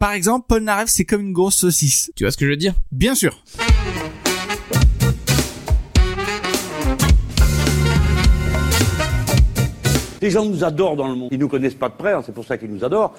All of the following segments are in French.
Par exemple, Paul Narev, c'est comme une grosse saucisse. Tu vois ce que je veux dire ? Bien sûr. Les gens nous adorent dans le monde. Ils nous connaissent pas de près, c'est pour ça qu'ils nous adorent.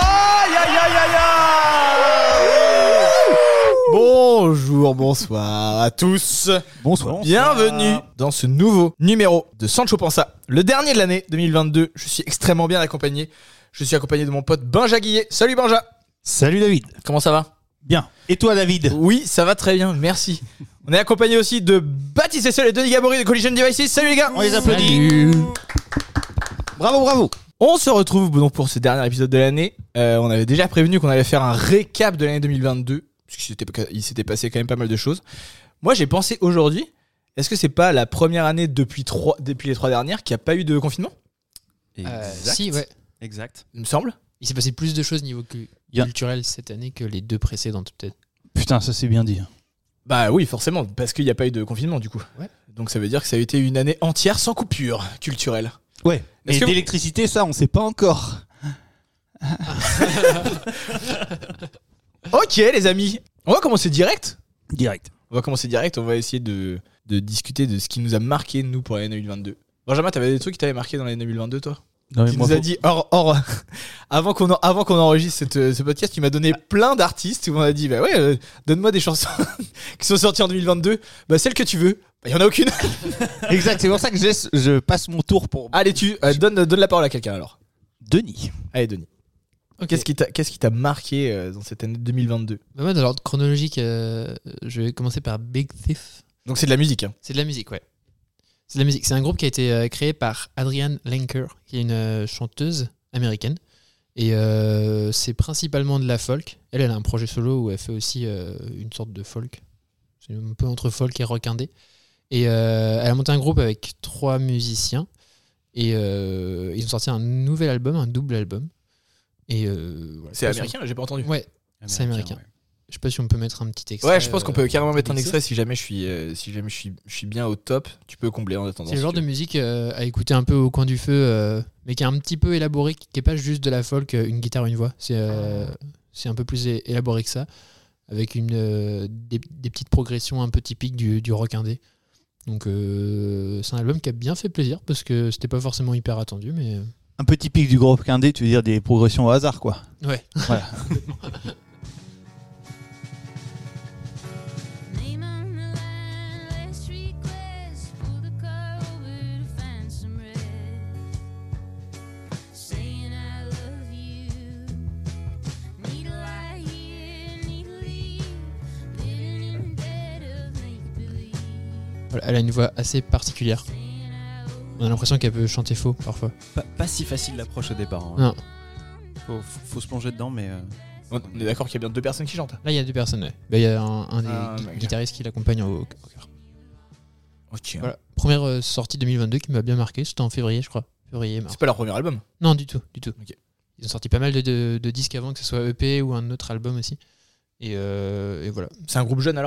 Bonjour, bonsoir à tous. Bonsoir. Bienvenue dans ce nouveau numéro de Sancho Panza, le dernier de l'année 2022. Je suis extrêmement bien accompagné. Je suis accompagné de mon pote Benja Guillet. Salut Benja. Salut David. Comment ça va ? Bien. Et toi David ? Oui, ça va très bien, merci. On est accompagné aussi de Baptiste Essel et Denis Gabory de Collision Devices. Salut les gars. On les applaudit. Salut. Bravo. On se retrouve donc pour ce dernier épisode de l'année. On avait déjà prévenu qu'on allait faire un récap de l'année 2022, puisqu'il s'était passé quand même pas mal de choses. Moi, j'ai pensé aujourd'hui, est-ce que c'est pas la première année depuis les 3 dernières qui a pas eu de confinement ? Si, ouais. Exact. Il me semble. Il s'est passé plus de choses niveau culturel cette année que les 2 précédentes, peut-être. Putain, ça c'est bien dit. Bah oui, forcément, parce qu'il n'y a pas eu de confinement du coup. Ouais. Donc ça veut dire que ça a été une année entière sans coupure culturelle. Ouais. Est-ce Et que d'électricité, ça, on sait pas encore. Ok les amis, on va commencer direct. Direct. On va essayer de discuter de ce qui nous a marqué nous pour l'année 2022. Benjamin, t'avais des trucs qui t'avaient marqué dans l'année 2022 toi ? Non, Tu nous as dit avant qu'on enregistre ce podcast, tu m'as donné plein d'artistes où on a dit bah ouais, donne-moi des chansons qui sont sorties en 2022, bah celle que tu veux. Bah y en a aucune. Exact, c'est pour ça que je passe mon tour pour... Allez, donne la parole à quelqu'un alors. Denis. Allez Denis. Okay. Qu'est-ce qui t'a marqué dans cette année 2022 ? Bah moi, dans l'ordre chronologique, je vais commencer par Big Thief. Donc c'est de la musique hein. C'est de la musique, ouais. C'est de la musique. C'est un groupe qui a été créé par Adrienne Lenker, qui est une chanteuse américaine. Et c'est principalement de la folk. Elle a un projet solo où elle fait aussi une sorte de folk. C'est un peu entre folk et rock indé. Et elle a monté un groupe avec 3 musiciens. Et ils ont sorti un nouvel album, un double album. Et voilà, C'est américain, j'ai pas entendu. Ouais, c'est américain. Ouais. Je sais pas si on peut mettre un petit extrait. Ouais, je pense qu'on peut carrément mettre un Big extrait si jamais je suis bien au top. Tu peux combler en attendant. C'est le genre de musique à écouter un peu au coin du feu, mais qui est un petit peu élaboré, qui est pas juste de la folk, une guitare, une voix. C'est un peu plus élaboré que ça, avec des petites progressions un peu typiques du rock indé. Donc c'est un album qui a bien fait plaisir parce que c'était pas forcément hyper attendu, mais Un peu typique du groupe indé, tu veux dire des progressions au hasard, quoi. ouais. Voilà. Voilà, elle a une voix assez particulière. On a l'impression qu'elle peut chanter faux parfois. Pas si facile l'approche au départ. Hein. Non. Faut se plonger dedans, mais. On est d'accord qu'il y a bien 2 personnes qui chantent. Là, il y a 2 personnes. Ouais. Bah, il y a un des ok. guitaristes qui l'accompagne au cœur. Ok. Voilà. Première sortie 2022 qui m'a bien marqué. C'était en février, je crois. Février, mars. C'est pas leur premier album. Non, du tout. Ok. Ils ont sorti pas mal de disques avant, que ce soit EP ou un autre album aussi. Et voilà. C'est un groupe jeune alors ?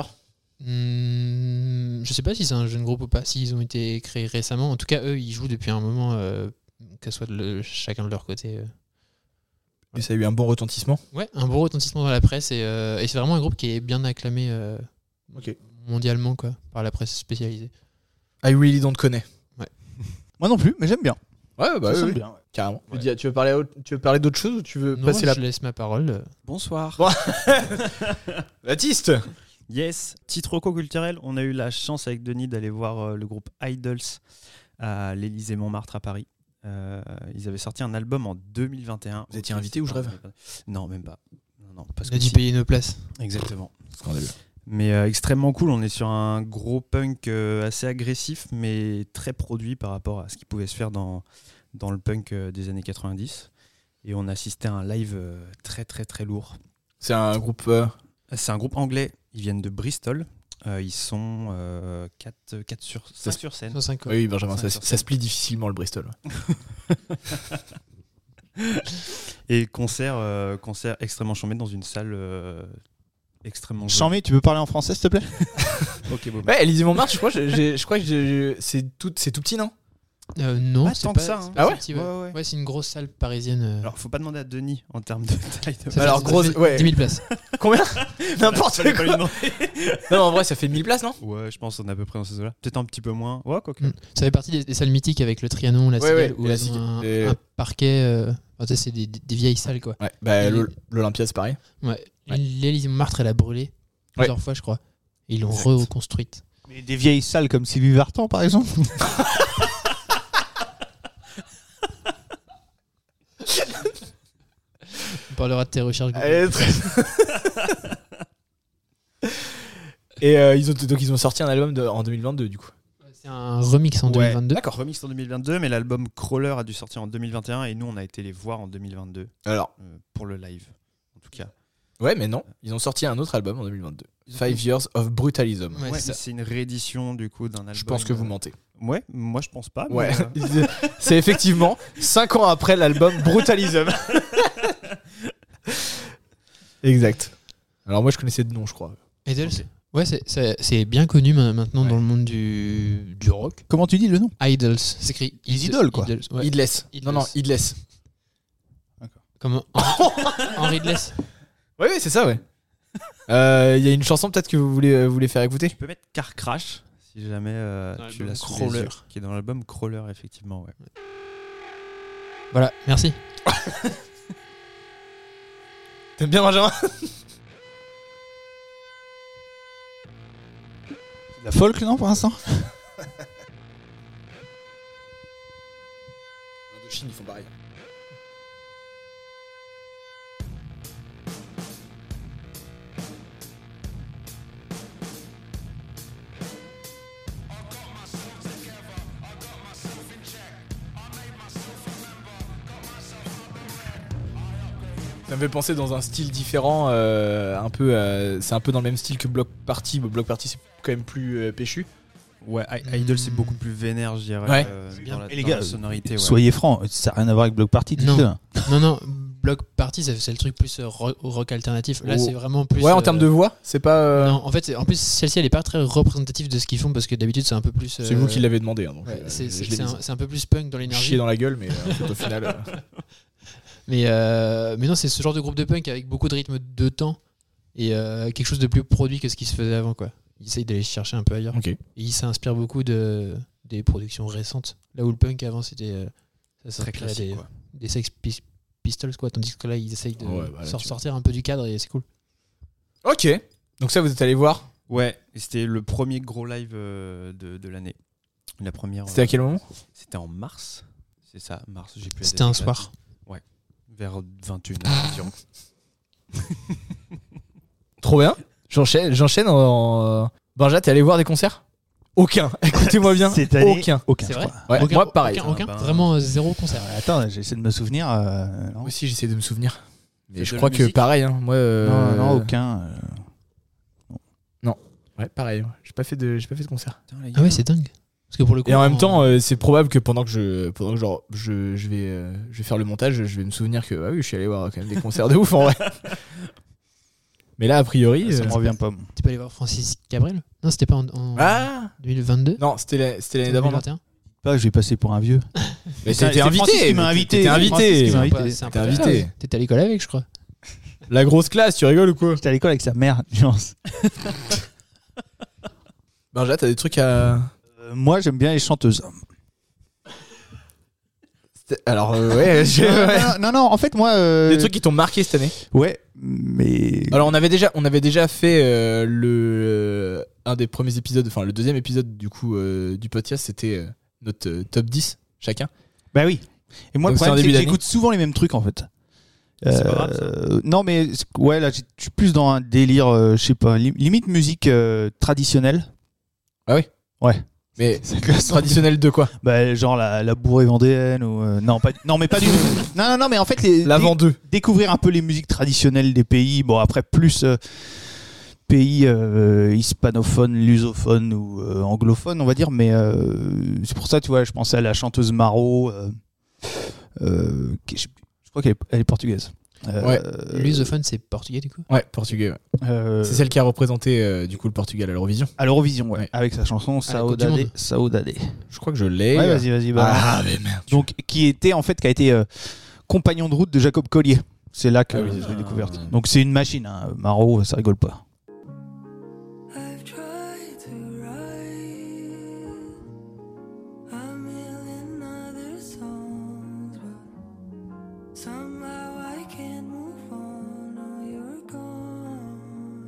Je sais pas si c'est un jeune groupe ou pas, s'ils ont été créés récemment. En tout cas, eux, ils jouent depuis un moment, que ce soit chacun de leur côté. Et ça a eu un bon retentissement. Ouais, un bon retentissement dans la presse. Et c'est vraiment un groupe qui est bien acclamé Ok. mondialement quoi, par la presse spécialisée. I really don't connais. Moi non plus, mais j'aime bien. Ouais, bah Ça sonne oui, bien. carrément. Ouais. Tu veux parler d'autre chose ou tu veux Non, passer la je laisse ma parole. Bonsoir. Bon. Baptiste. Yes. Petit reco culturel, on a eu la chance avec Denis d'aller voir le groupe Idols à l'Élysée-Montmartre à Paris. Ils avaient sorti un album en 2021. Vous étiez invité ou je rêve ? Non, même pas. Non, parce On a dû payer nos places. Exactement. Scandaleux. Mais extrêmement cool, on est sur un gros punk assez agressif, mais très produit par rapport à ce qui pouvait se faire dans le punk des années 90. Et on assistait à un live très très très lourd. C'est un groupe. C'est un groupe anglais, ils viennent de Bristol. Ils sont 5 sur scène. 105, ouais. Oui, Benjamin, Ça, ça se plie difficilement le Bristol. Et concert extrêmement chambé dans une salle extrêmement jolie. Chambé, tu peux parler en français s'il te plaît ? Ok, bon. Ouais, Élysée Montmartre, je crois que c'est tout petit, non ? Non, Pas c'est tant pas que ça, hein. c'est Ah ouais pas si petit, Ouais. Ouais, c'est une grosse salle parisienne. Alors, faut pas demander à Denis en termes de taille de Ça Alors, fait- grosse- ça fait ouais. 10 000 places. Combien N'importe Fallait pas lui quoi. demander. Non, en vrai, ça fait 1000 places, non? Ouais, je pense qu'on est à peu près dans ces eaux-là. Peut-être un petit peu moins. Ouais, quoi que. Ça fait partie des salles mythiques avec le Trianon, la Ouais, Cigale, ouais, où et la elles ont Cigale. un parquet. Enfin, tu sais, c'est des vieilles salles, quoi. Ouais, bah Et- l'Olympia, c'est pareil. Ouais. L'Élysée Montmartre, elle a brûlé plusieurs fois, je crois. Et ils l'ont Exact. reconstruite. Mais des vieilles salles comme Sylvie Vartan, par exemple. On parlera de tes recherches. Google. Allez, très- Et ils ont sorti un album en 2022, du coup. C'est un remix en 2022. D'accord. Remix en 2022, mais l'album Crawler a dû sortir en 2021 et nous, on a été les voir en 2022 Alors, pour le live. En tout cas. ouais, mais non, ils ont sorti un autre album en 2022. 5 Years of Brutalism. Ouais, Ouais, c'est ça. c'est une réédition du coup d'un album. Je pense que vous mentez. Ouais, moi je pense pas. Ouais, mais, c'est effectivement 5 ans après l'album Brutalism. Exact. Alors moi je connaissais de nom, je crois. Idols. Ouais, c'est bien connu maintenant dans le monde du rock. Comment tu dis le nom? Idols. C'est écrit Les idoles, quoi. Idols, ouais. Idless. Idless. Non, Idless. Comme Henri Idless. Ouais, c'est ça, ouais. Il y a une chanson peut-être que vous voulez faire écouter. tu peux mettre Car Crash si jamais tu l'album l'as sous les Crawler. yeux, qui est dans l'album Crawler effectivement. Ouais. Voilà, merci. T'aimes bien Benjamin? C'est de la folk, non, pour l'instant? Indochine, ils font pareil. Ça me fait penser dans un style différent, un peu, c'est un peu dans le même style que Block Party. Block Party c'est quand même plus péchu. Ouais, Idol c'est beaucoup plus vénère, je dirais. Ouais. Dans la, Et les dans gars, la sonorité. Ouais. Soyez francs, ça n'a rien à voir avec Block Party, Non. dites-le. Non, Block Party, c'est le truc plus rock alternatif. Là, Oh. c'est vraiment plus. Ouais, en termes de voix, c'est pas. Non, en fait, en plus, celle-ci, elle est pas très représentative de ce qu'ils font parce que d'habitude, c'est un peu plus. C'est vous qui l'avez demandé. Hein, donc, Ouais, je c'est l'ai dit. un peu plus punk dans l'énergie. Chier dans la gueule, mais en fait, au final. Mais non, c'est ce genre de groupe de punk avec beaucoup de rythme de temps et quelque chose de plus produit que ce qui se faisait avant, quoi. Ils essayent d'aller chercher un peu ailleurs. Ok. Et ils s'inspirent beaucoup des productions récentes. Là où le punk avant, c'était. Ça Très s'inspirait classique. Quoi. des Sex Pistols, quoi. Tandis que là, ils essayent de Ouais, bah là, sortir un peu du cadre et c'est cool. Ok. Donc ça, vous êtes allé voir. Ouais, et c'était le premier gros live de l'année. La première. C'était à quel moment? C'était en mars. C'est ça, mars. J'ai plus la C'était date un exacte. soir. Vers 21h environ. Trop bien. J'enchaîne en. Benja, t'es allé voir des concerts? Aucun. Écoutez-moi bien. Cette année, Aucun. aucun. C'est je vrai crois. Ouais, moi pareil. Aucun. ben- Vraiment zéro concert. Attends, j'essaie de me souvenir. Non. Moi aussi, j'essaie de me souvenir. Mais C'est je de crois la que musique pareil. Hein, moi. Non, aucun. Ouais, pareil. J'ai pas fait de concert. Putain, les Ah ouais, gars. c'est dingue. Parce que pour le coup. Et en même temps, c'est probable que pendant que je vais faire le montage, je vais me souvenir que ah oui, je suis allé voir quand même des concerts de ouf en vrai. Mais là, a priori, Ça me revient pas. T'es pas allé voir Francis Cabrel? Non, c'était pas en ah 2022. non, c'était l'année d'avant. non 2021. Pas que je vais passer pour un vieux. Mais C'est t'étais Francis invité. qui m'a mais invité. T'étais C'est Francis invité. qui m'a invité. C'est un T'es peu invité. ça. T'étais à l'école avec, je crois. La grosse classe, tu rigoles ou quoi? J'étais à l'école avec sa mère, je pense. Benja, t'as des trucs à. Moi, j'aime bien les chanteuses. Alors ouais, Non, en fait, moi. des trucs qui t'ont marqué cette année. Ouais, mais. Alors on avait déjà fait un des premiers épisodes, enfin le deuxième épisode du coup du podcast, c'était notre top 10 chacun. Bah oui. Et moi, Donc le c'est en problème, c'est début que d'année. j'écoute souvent les mêmes trucs, en fait. C'est pas grave, ça. Non, mais ouais, là, je suis plus dans un délire, je sais pas, limite musique traditionnelle. Ah oui. Ouais. Mais C'est classe. traditionnel de quoi? Bah, genre la bourrée vendéenne ou non, non, mais pas du tout. Non, mais en fait, L'avant 2. découvrir un peu les musiques traditionnelles des pays. Bon, après, plus pays hispanophones, lusophones ou anglophones, on va dire. Mais c'est pour ça, tu vois, je pensais à la chanteuse Maro. Je crois qu'elle est portugaise. Ouais. Lusophone, c'est portugais du coup. Ouais, portugais. Ouais. C'est celle qui a représenté du coup le Portugal à l'Eurovision. À l'Eurovision, ouais. Ouais. Avec sa chanson la Coupe du Monde. Saudade. Je crois que je l'ai. Ouais, vas-y. Bah, Ah mais merde. donc, qui a été compagnon de route de Jacob Collier. C'est là que Ah oui, j'ai c'est ça. découvert. Donc c'est une machine, hein. Maro, ça rigole pas. I've tried to write a million other songs, but somehow I can't move on. Oh, you're gone.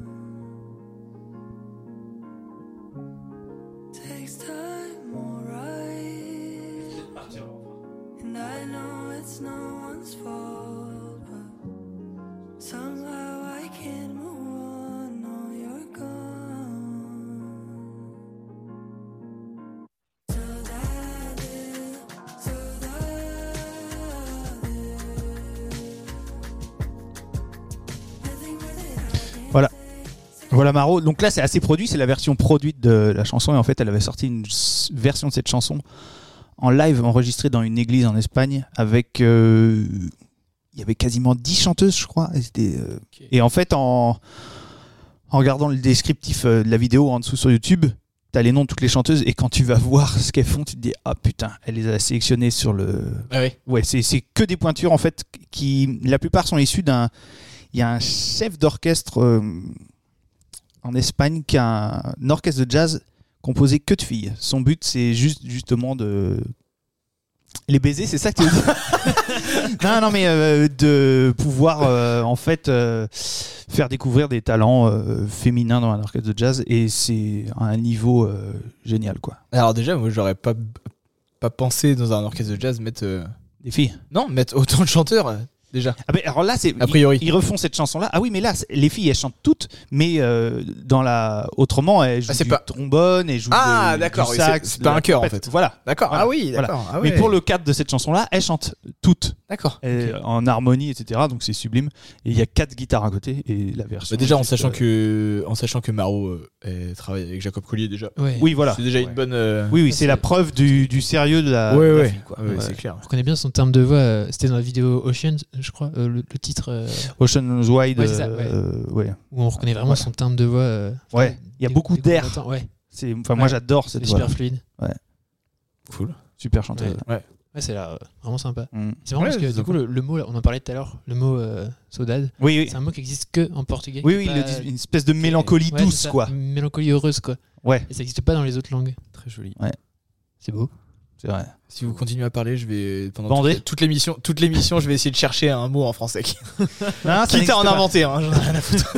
Takes time, alright. And I know it's no one's fault, but somehow I can't move on. Oh, you're gone. Voilà Maro. Donc là, c'est assez produit. C'est la version produite de la chanson. Et en fait, elle avait sorti une version de cette chanson en live enregistrée dans une église en Espagne avec. Il y avait quasiment 10 chanteuses, je crois. Et en fait, en regardant le descriptif de la vidéo en dessous sur YouTube, t'as les noms de toutes les chanteuses. Et quand tu vas voir ce qu'elles font, tu te dis ah putain, elle les a sélectionnées sur le. Ah oui. Ouais, c'est que des pointures en fait qui la plupart sont issues d'un. Il y a un chef d'orchestre en Espagne qui a un orchestre de jazz composé que de filles. Son but c'est justement de les baiser, c'est ça que tu veux dire? non mais de pouvoir en fait faire découvrir des talents féminins dans un orchestre de jazz et c'est à un niveau génial quoi. Alors déjà, moi j'aurais pas pensé dans un orchestre de jazz mettre Des filles. non, mettre autant de chanteurs déjà. Ah ben alors là c'est A priori. ils refont cette chanson là. Ah oui mais là les filles elles chantent toutes mais autrement elles jouent c'est du pas- trombone, elles jouent Ah, du d'accord, oui, sax, c'est de pas la un chœur, en trompette. fait. Voilà. D'accord. Voilà. Ah oui, Voilà. d'accord. Ah ouais. Mais pour le cadre de cette chanson là, elles chantent toutes D'accord. en harmonie etc. Donc c'est sublime et il y a 4 guitares à côté et la version. Bah déjà en juste, sachant que Maro travaille avec Jacob Collier déjà. Ouais. oui voilà. C'est déjà une bonne. Oui c'est la preuve du sérieux de la, Ouais, de la ouais. fille, quoi. Ouais, Ouais. c'est clair. On reconnaît bien son terme de voix. C'était dans la vidéo Ocean, je crois, le titre Ocean's Wide. Ouais, c'est ça, ouais. Ouais. où on reconnaît vraiment son terme de voix. Ouais. Il y a beaucoup d'air. Ouais, C'est enfin moi Ouais. j'adore c'est cette voix. super fluide. Cool. Super chanteuse. Ouais, c'est là vraiment sympa. Mm. C'est marrant Ouais, parce que c'est du coup, le mot, là, on en parlait tout à l'heure, le mot saudade, Oui c'est un mot qui existe que en portugais. oui ils Pas- le disent, une espèce de mélancolie Ouais, douce c'est ça, quoi. une mélancolie heureuse quoi. Ouais, Et ça n'existe pas dans les autres langues. Très joli. C'est beau. c'est vrai. Si vous continuez à parler, je vais pendant Bander. toute l'émission, je vais essayer de chercher un mot en français. Non, Quitte à en inventer, hein, j'en ai rien à foutre.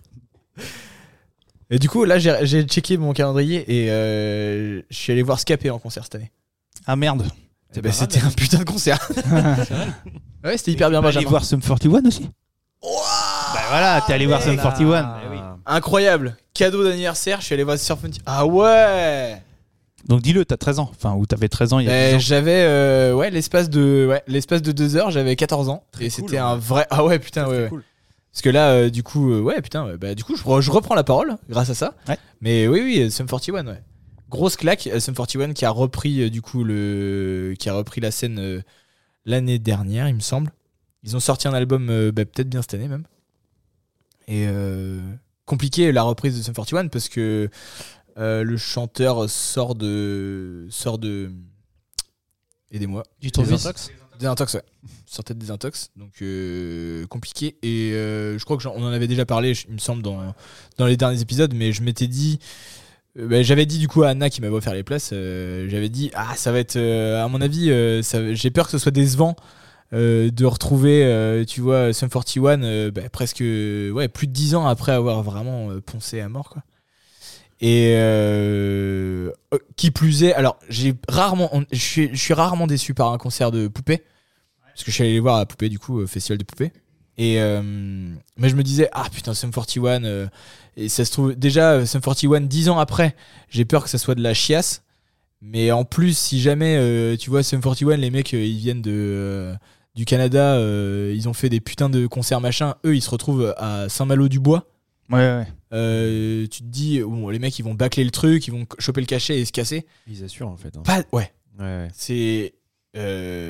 Et du coup, là, j'ai checké mon calendrier et je suis allé voir Scapé en concert cette année. Ah merde. Eh ben, c'était un putain de concert. Ouais, c'était hyper bien, Allé Benjamin. voir Sum 41 aussi. Bah voilà, t'es allé voir Sum 41. Incroyable. Cadeau d'anniversaire, je suis allé voir Surfing. Ah ouais. Donc dis-le, t'as 13 ans. Enfin, ou t'avais 13 ans il y a 10 ans. J'avais l'espace de 2 heures, j'avais 14 ans et cool, c'était hein. un vrai. Ah ouais, putain, ouais. Cool. Parce que là, du coup, du coup, je reprends la parole grâce à ça. Ouais. Mais oui, Sum 41, ouais. Grosse claque, Sum 41 qui a repris du coup qui a repris la scène l'année dernière, il me semble. Ils ont sorti un album peut-être bien cette année même. Et compliqué la reprise de Sum 41 parce que le chanteur sort de aidez-moi. Du tourbus. Des intox, ouais. Sortait de désintox, donc compliqué. Et je crois que on en avait déjà parlé, il me semble, dans les derniers épisodes, mais je m'étais dit, j'avais dit du coup à Anna qui m'avait offert les places, j'avais dit, ça va être, à mon avis, j'ai peur que ce soit décevant de retrouver, tu vois, Sum 41 presque, plus de 10 ans après avoir vraiment poncé à mort, quoi. Et qui plus est, alors je suis rarement déçu par un concert de Poupée parce que je suis allé les voir à Poupée du coup, festival de Poupée. Et mais je me disais putain Sum 41 et ça se trouve déjà Sum 41 10 ans après, j'ai peur que ça soit de la chiasse. Mais en plus si jamais tu vois Sum 41 les mecs ils viennent du Canada, ils ont fait des putains de concerts machin, eux ils se retrouvent à Saint-Malo-du-Bois. Ouais. Tu te dis les mecs ils vont bâcler le truc, ils vont choper le cachet et se casser. Ils assurent en fait. Hein. Pas ouais. Ouais. C'est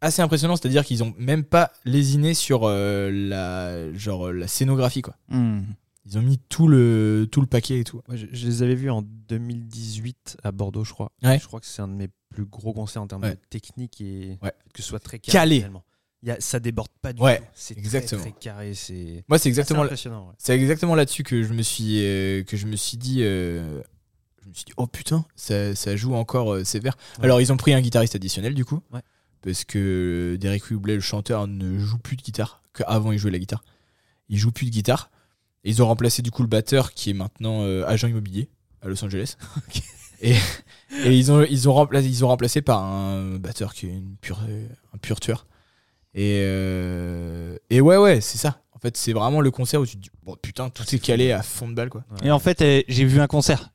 assez impressionnant, c'est-à-dire qu'ils ont même pas lésiné sur la scénographie, quoi. Ils ont mis tout le paquet et tout. Ouais, je les avais vus en 2018 à Bordeaux, je crois. Ouais. Je crois que c'est un de mes plus gros concerts en termes Ouais. de technique et Ouais. que ce soit très Calé. finalement. Ça déborde pas du Ouais, tout. C'est exactement. très carré. C'est Moi, c'est exactement, impressionnant. Ouais. c'est exactement là-dessus que je me suis dit, oh putain, ça joue encore sévère. Ouais. Alors, ils ont pris un guitariste additionnel, du coup. Ouais. Parce que Derek Whibley, le chanteur, ne joue plus de guitare. Qu'avant, il jouait de la guitare. Il joue plus de guitare. Et ils ont remplacé, du coup, le batteur, qui est maintenant agent immobilier à Los Angeles. Et ils ont remplacé par un batteur qui est un pur tueur. Et ouais, c'est ça. En fait, c'est vraiment le concert où tu te dis, bon, putain, tout est calé à fond de balle, quoi. Et en fait, j'ai vu un concert.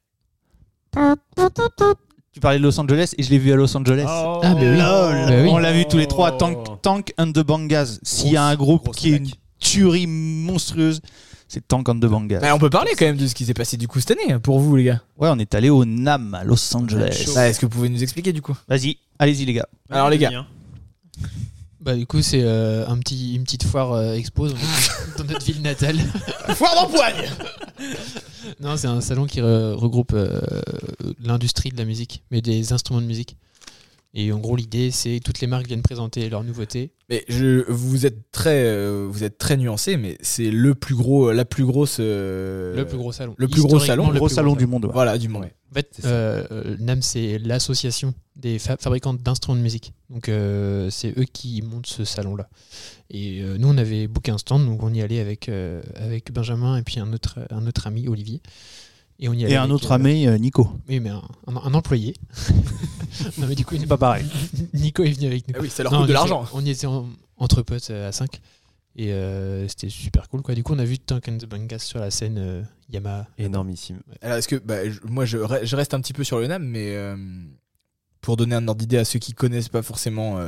Tu parlais de Los Angeles et je l'ai vu à Los Angeles. Ah, mais oui. Lol. Bah oui. On l'a vu tous les trois. Tank and the Bangas. S'il y a un groupe qui est une tuerie monstrueuse, c'est Tank and the Bangas. On peut parler quand même de ce qui s'est passé du coup cette année pour vous, les gars. Ouais, on est allé au NAMM à Los Angeles. Est-ce que vous pouvez nous expliquer du coup? Vas-y, allez-y les gars. Alors les gars, Bah, du coup, c'est une petite foire expo dans notre ville natale. foire d'empoigne. Non, c'est un salon qui regroupe l'industrie de la musique, mais des instruments de musique. Et en gros, l'idée, c'est que toutes les marques viennent présenter leurs nouveautés. Mais vous êtes très nuancé, mais c'est la plus grosse. Le plus gros salon. le plus gros Historiquement, salon. le Le gros plus salon gros du monde. Ouais. Voilà, du monde. En fait, NAMM, c'est l'association des fabricants d'instruments de musique. Donc, c'est eux qui montent ce salon-là. Et nous, on avait booké un stand, donc on y allait avec Benjamin et puis un autre ami, Olivier. Et on y allait Et un avec, autre ami, Nico. Oui, mais un employé. Non, mais du coup, C'est pas pareil. Nico est venu avec nous. Ah oui, ça leur Non, coûte de l'argent. On y était entre potes à 5. Et c'était super cool, quoi. Du coup, on a vu Tank and the Bangas sur la scène Yamaha. Énormissime. Alors est-ce que moi je reste un petit peu sur le NAMM, mais pour donner un ordre d'idée à ceux qui connaissent pas forcément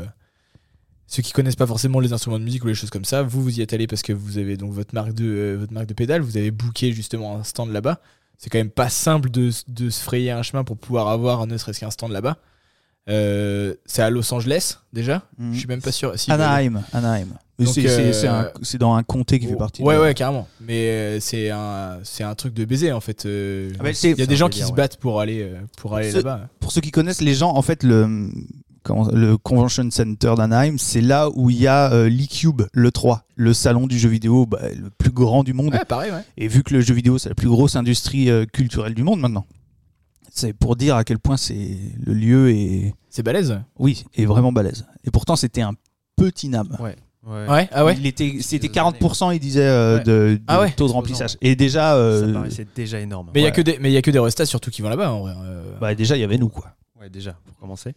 les instruments de musique ou les choses comme ça, vous y êtes allé parce que vous avez donc votre marque de pédale, vous avez booké justement un stand là-bas. C'est quand même pas simple de se frayer un chemin pour pouvoir avoir ne serait-ce qu'un stand là-bas. C'est à Los Angeles déjà. Je suis même pas sûr. Si, Anaheim. Donc, C'est dans un comté qui fait partie. Ouais, carrément. Mais c'est un truc de baiser en fait. bah, Il y a des gens qui délire, se battent pour aller là-bas. Pour ceux qui connaissent les gens, en fait, le Convention Center d'Anaheim, c'est là où il y a l'E-Cube, le 3, le salon du jeu vidéo le plus grand du monde. Ouais, pareil, ouais. Et vu que le jeu vidéo, c'est la plus grosse industrie culturelle du monde maintenant, c'est pour dire à quel point c'est le lieu est... C'est balèze. Oui, est vraiment balèze. Et pourtant, c'était un petit NAMM. Ouais. Ouais, ah ouais. C'était 40%, il disait, de Ah ouais. taux de remplissage. Et déjà, Ça paraissait déjà énorme. Mais il y a que des restas surtout qui vont là-bas en vrai. déjà, il y avait nous, quoi. Ouais, déjà, pour commencer.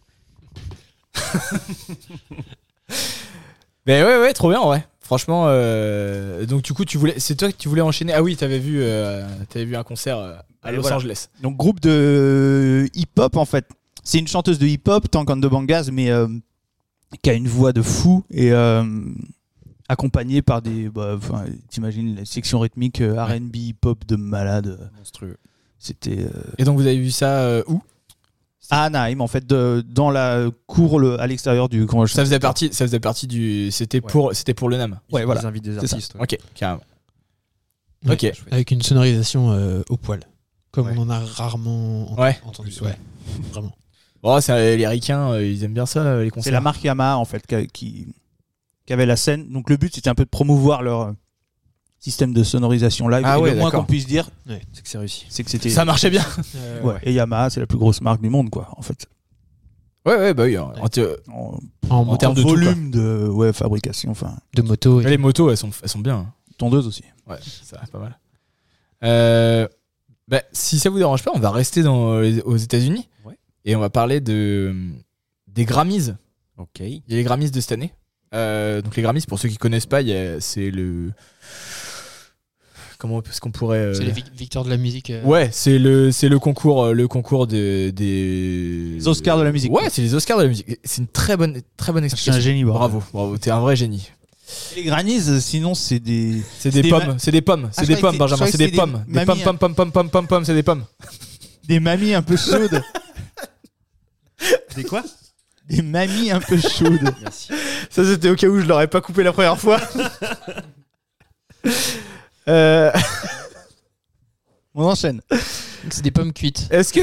Mais ouais, trop bien en vrai. Franchement, donc du coup, c'est toi que tu voulais enchaîner. Ah oui, t'avais vu un concert à Los Voilà. Angeles. Donc, groupe de hip-hop, en fait. C'est une chanteuse de hip-hop, Tank and the Bangas, mais qui a une voix de fou et accompagnée par des... t'imagines, la section rythmique R&B hip-hop de malade. Monstrueux. C'était... Et donc vous avez vu ça où? à Anaheim, en fait, dans la cour à l'extérieur du Convention. Ça faisait partie du. C'était pour le NAMM. Ouais, voilà. Ils invitent des C'est ça. artistes. ouais. Ok, carrément. Ouais, Ok. Avec une sonorisation au poil. Comme Ouais. on en a rarement Ouais. entendu. Plus, ouais. Vraiment. Oh, c'est les ricains, ils aiment bien ça, les concerts. C'est la marque Yamaha, en fait, qui avait la scène. Donc le but, c'était un peu de promouvoir leur système de sonorisation live. Ah et ouais, le moins d'accord. qu'on puisse dire, C'est que c'est réussi. c'est que c'était... Ça marchait bien. Ouais. Et Yamaha, c'est la plus grosse marque du monde, quoi, en fait. Ouais, bah oui. En En termes de tout, volume de fabrication, enfin, De moto. Et les motos, elles sont bien. tondeuse aussi. Ouais, ça va pas mal. Si ça vous dérange pas, on va rester aux États-Unis. Ouais. Et on va parler des Grammys. Ok. Il y a les Grammys de cette année. Donc les Grammys, pour ceux qui connaissent pas, c'est le... Comment est-ce qu'on pourrait... c'est les victoires de la musique. Ouais, c'est le concours des Les Oscars de la musique. Ouais, c'est les Oscars de la musique. C'est une très bonne Je suis un explication. génie, Bravo, t'es un vrai génie. Les Grammys, sinon, c'est des... C'est des pommes, c'est des pommes, c'est je des croyais pommes, que Benjamin, je c'est croyais des que pommes. c'était Des des mamies, pommes, c'est des pommes. des mamies un peu chaudes. Des quoi? Et mamie un peu chaude. Merci. Ça, c'était au cas où je l'aurais pas coupé la première fois. On enchaîne. Donc, c'est des pommes cuites. Est-ce que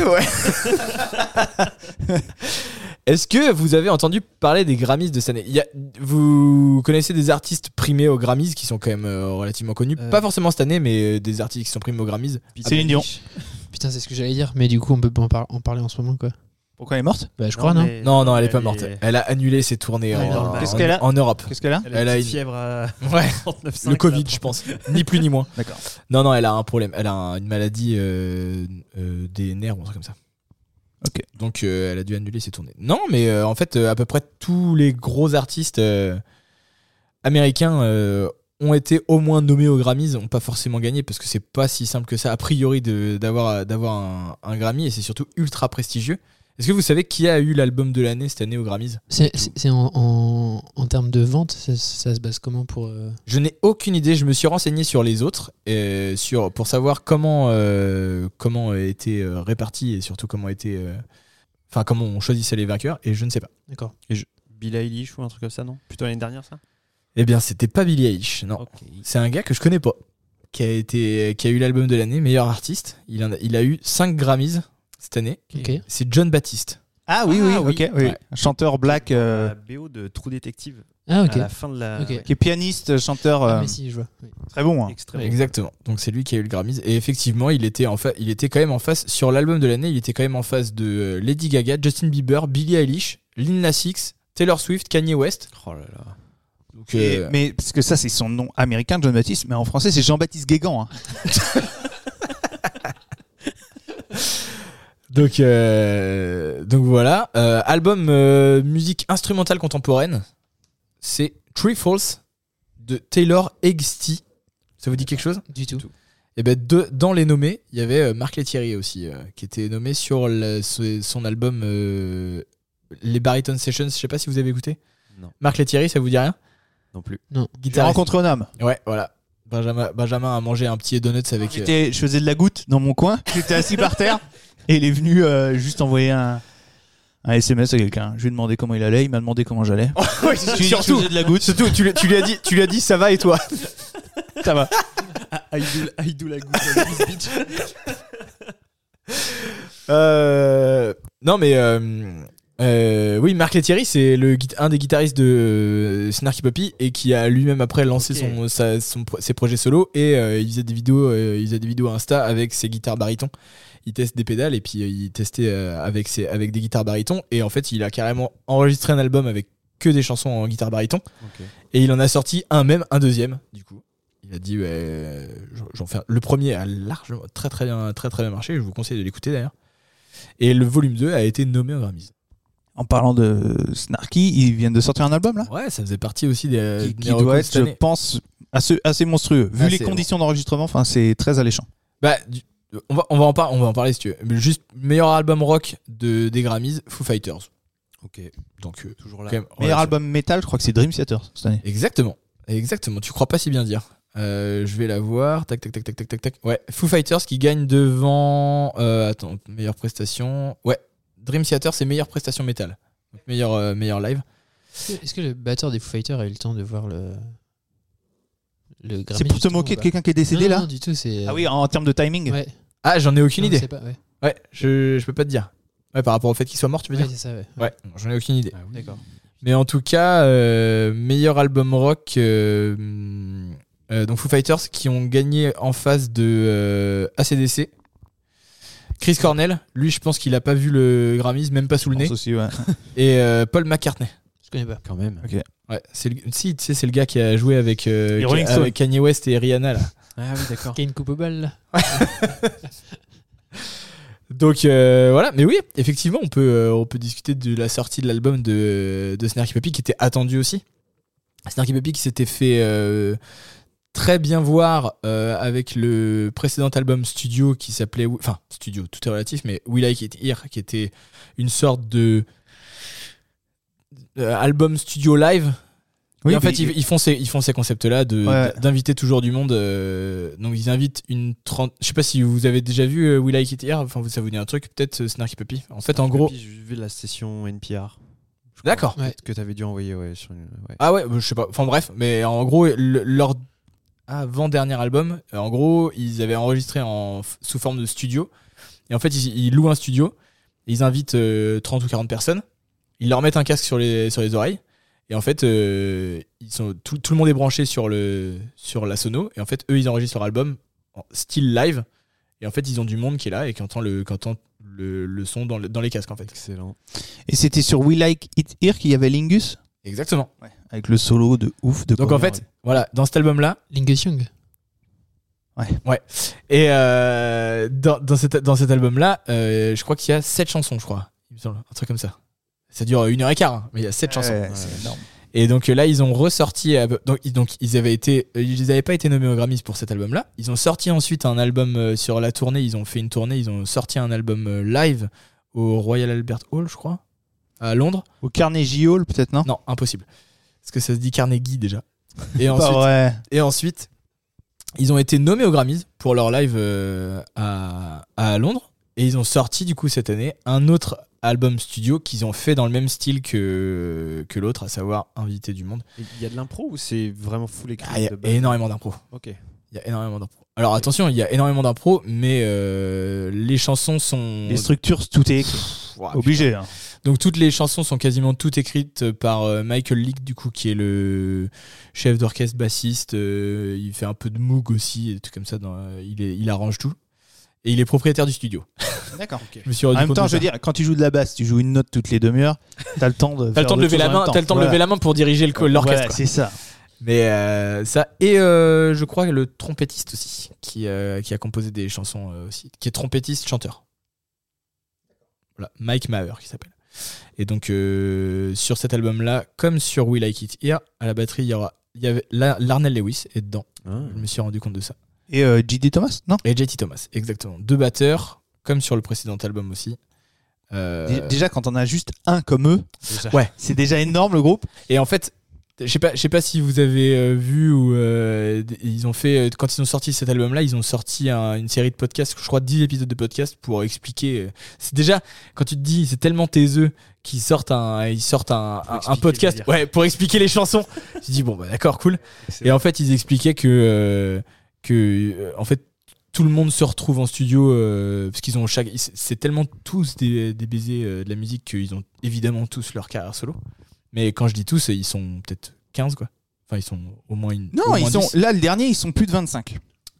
Est-ce que vous avez entendu parler des Grammys de cette année? Vous connaissez des artistes primés aux Grammys qui sont quand même relativement connus, pas forcément cette année, mais des artistes qui sont primés aux Grammys. Céline Dion. Putain, c'est ce que j'allais dire, mais du coup, on peut pas en parler en ce moment, quoi. Pourquoi elle est morte? Bah, je crois, non? Non, elle est pas morte. Elle a annulé ses tournées Ouais, non. Qu'est-ce qu'elle a en Europe. Qu'est-ce qu'elle a? Elle a une une fièvre à Ouais, 39,5. le Covid, je pense. Ni plus ni moins. D'accord. Non, elle a un problème. Elle a une maladie des nerfs ou un truc comme ça. Ok. Donc elle a dû annuler ses tournées. Non, mais en fait, à peu près tous les gros artistes américains ont été au moins nommés aux Grammys, n'ont pas forcément gagné parce que c'est pas si simple que ça a priori d'avoir un Grammy, et c'est surtout ultra prestigieux. Est-ce que vous savez qui a eu l'album de l'année cette année aux Grammys? C'est en termes de vente, ça se base comment pour. Je n'ai aucune idée. Je me suis renseigné sur les autres pour savoir comment étaient répartis et surtout comment on choisissait les vainqueurs, et je ne sais pas. D'accord. Billie Eilish ou un truc comme ça, non? Plutôt l'année dernière, ça? Eh bien, c'était pas Billie Eilish, non. Ok. C'est un gars que je connais pas, qui a eu l'album de l'année, meilleur artiste. Il a eu 5 Grammys cette année. Ok. C'est John Baptiste. Ah oui, oui. ok. Oui. Ouais. Un chanteur black La BO de True Detective. Ah, ok. À la fin de la. Ok. qui est pianiste, chanteur. Ah, mais si, je vois. Oui. Très bon. Hein. Extrêmement. Exactement. Donc c'est lui qui a eu le Grammys. Et effectivement, il était quand même en face sur l'album de l'année. Il était quand même en face de Lady Gaga, Justin Bieber, Billie Eilish, Lil Nas X, Taylor Swift, Kanye West. Oh là là. Donc, Mais parce que ça, c'est son nom américain, John Baptiste, mais en français, c'est Jean-Baptiste Guégan. Hein. Donc voilà. Album musique instrumentale contemporaine, c'est Tree Falls de Taylor Eggsti. Ça vous dit quelque chose? Du tout. Et ben dans les nommés, il y avait Marc Lettieri aussi, qui était nommé sur son album les Baritone Sessions. Je sais pas si vous avez écouté. Non. Marc Lettieri, ça vous dit rien? Non plus. Non. J'ai rencontré un homme. Ouais, voilà. Benjamin a mangé un petit donuts avec. Je faisais de la goutte dans mon coin. J'étais assis par terre et il est venu juste envoyer un SMS à quelqu'un. Je lui ai demandé comment il allait. Il m'a demandé comment j'allais. Ouais, Je lui ai dit que je surtout, faisais de la goutte. tu lui as dit ça va et toi? Ça va. I do la goutte à Miss Beach. Non mais oui, Marc Lettieri, c'est un des guitaristes de Snarky Puppy et qui a lui-même après lancé ses projets solo, et il faisait des vidéos Insta avec ses guitares barytons. Il teste des pédales et puis il testait avec des guitares barytons, et en fait il a carrément enregistré un album avec que des chansons en guitare baryton. Ok. Et il en a sorti un deuxième du coup. Il a dit j'en fais le premier a largement très bien marché, je vous conseille de l'écouter d'ailleurs. Et le volume 2 a été nommé aux Grammys. En parlant de Snarky, ils viennent de sortir un album là Ouais, ça faisait partie aussi des qui doit être, je pense, assez monstrueux. Vu les conditions d'enregistrement, c'est très alléchant. Bah, on va en parler si tu veux. Mais juste meilleur album rock des Grammys, Foo Fighters. Ok. Donc Toujours là. quand même, Meilleur ouais, album métal, je crois que c'est Dream Theater cette année. Exactement. Tu crois pas si bien dire. Je vais la voir. Tac. Ouais, Foo Fighters qui gagne devant. Attends, meilleure prestation. Ouais, Dream Theater, c'est meilleure prestation métal. Donc meilleur live. Est-ce que le batteur des Foo Fighters a eu le temps de voir le Grammy? C'est pour te moquer de quelqu'un qui est décédé non, là non, du tout, c'est. Ah oui, en termes de timing. Ouais. Ah, j'en ai aucune Non, idée. je sais pas, ouais. Ouais, je peux pas te dire. Ouais, par rapport au fait qu'il soit mort, tu veux Ouais, dire? c'est ça, ouais. Ouais, j'en ai aucune idée. Ah oui. D'accord. Mais en tout cas, meilleur album rock, donc Foo Fighters qui ont gagné en face de AC/DC. Chris Cornell, lui je pense qu'il a pas vu le Grammys, même pas sous le Je nez. pense aussi, ouais. Et Paul McCartney. Je connais pas. Quand même. Ok. Ouais, c'est le gars qui a joué avec Rolling Stones. avec Kanye West et Rihanna là. Ah oui, d'accord. Qui a une coupe au bal là. Donc voilà, mais oui, effectivement, on peut discuter de la sortie de l'album de Snarky Puppy qui était attendu aussi. Snarky Puppy qui s'était fait très bien voir avec le précédent album studio qui s'appelait, enfin studio, tout est relatif, mais We Like It Here, qui était une sorte de album studio live. Oui, et en fait, mais- ils font ces concepts-là Ouais. d'inviter toujours du monde. Donc, ils invitent une 30. Je sais pas si vous avez déjà vu We Like It Here. Enfin, ça vous dit un truc, peut-être Snarky Puppy. En fait, en gros. J'ai vu la session NPR. D'accord. Ouais. Que t'avais dû envoyer, sur une. Ouais. Ah ouais, je sais pas. Enfin bref, mais en gros, leur avant-dernier album, en gros, ils avaient enregistré sous forme de studio. Et en fait, ils louent un studio. Ils invitent 30 ou 40 personnes. Ils leur mettent un casque sur les oreilles. Et en fait, tout le monde est branché sur la sono. Et en fait, eux, ils enregistrent leur album en style live. Et en fait, ils ont du monde qui est là et qui entend le son dans les casques, en fait. Excellent. Et c'était sur We Like It Here qu'il y avait Lingus. Exactement. Avec le solo de ouf de Donc en Cover. fait, voilà, dans cet album-là, Lingus Young. ouais. Et dans cet album-là, je crois qu'il y a 7 chansons, je crois. Il me semble, un truc comme ça. Ça dure 1h15, hein, mais il y a 7 chansons. C'est énorme. Et donc là, ils ont ressorti. Donc ils avaient pas été nommés aux Grammys pour cet album-là. Ils ont sorti ensuite un album sur la tournée. Ils ont fait une tournée. Ils ont sorti un album live au Royal Albert Hall, je crois, à Londres. Au Carnegie Hall, peut-être, non? Non, impossible. Parce que ça se dit Carnegie déjà. Et Pas vrai. ensuite, ils ont été nommés aux Grammys pour leur live à Londres. Et ils ont sorti du coup cette année un autre album studio qu'ils ont fait dans le même style que l'autre, à savoir inviter du monde. Il y a de l'impro ou c'est vraiment full écrit Il y a de base énormément d'impro. Ok. Il y a énormément d'impro. Alors attention, il y a énormément d'impro, mais les chansons sont... Les structures, tout est écrit. Ouah, Obligé. Hein. Donc toutes les chansons sont quasiment toutes écrites par Michael Leake, du coup, qui est le chef d'orchestre bassiste. Il fait un peu de moog aussi, et des trucs comme ça. Il arrange tout. Et il est propriétaire du studio. D'accord. Je me suis En rendu même compte temps, de je veux ça. dire, quand tu joues de la basse, tu joues une note toutes les demi-heures, t'as le temps de. T'as le temps de lever la main. T'as le temps de lever la main pour diriger l'orchestre. Voilà, quoi. c'est ça. Mais ça et je crois le trompettiste aussi qui a composé des chansons aussi, qui est trompettiste chanteur. Voilà, Mike Maher qui s'appelle. Et donc sur cet album là, comme sur We Like It Here, à la batterie il y avait Larnell Lewis est dedans. Je me suis rendu compte de ça. Et J.D. Thomas, non? Et JT Thomas, exactement. 2 batteurs, comme sur le précédent album aussi. Déjà, quand on a juste un comme eux, Ouais. c'est déjà énorme le groupe. Et en fait, je sais pas si vous avez vu ou ils ont fait quand ils ont sorti cet album-là, ils ont sorti une série de podcasts, je crois 10 épisodes de podcasts pour expliquer. C'est déjà quand tu te dis c'est tellement taiseux qu'ils sortent un podcast, pour expliquer les chansons. Tu te dis bon bah d'accord, cool. Et en fait, ils expliquaient que en fait tout le monde se retrouve en studio parce qu'ils ont c'est tellement tous des baisers de la musique qu'ils ont évidemment tous leur carrière solo. Mais quand je dis tous, ils sont peut-être 15 quoi. Enfin, ils sont au moins une. Non, au moins ils sont 10. là le dernier, ils sont plus de 25.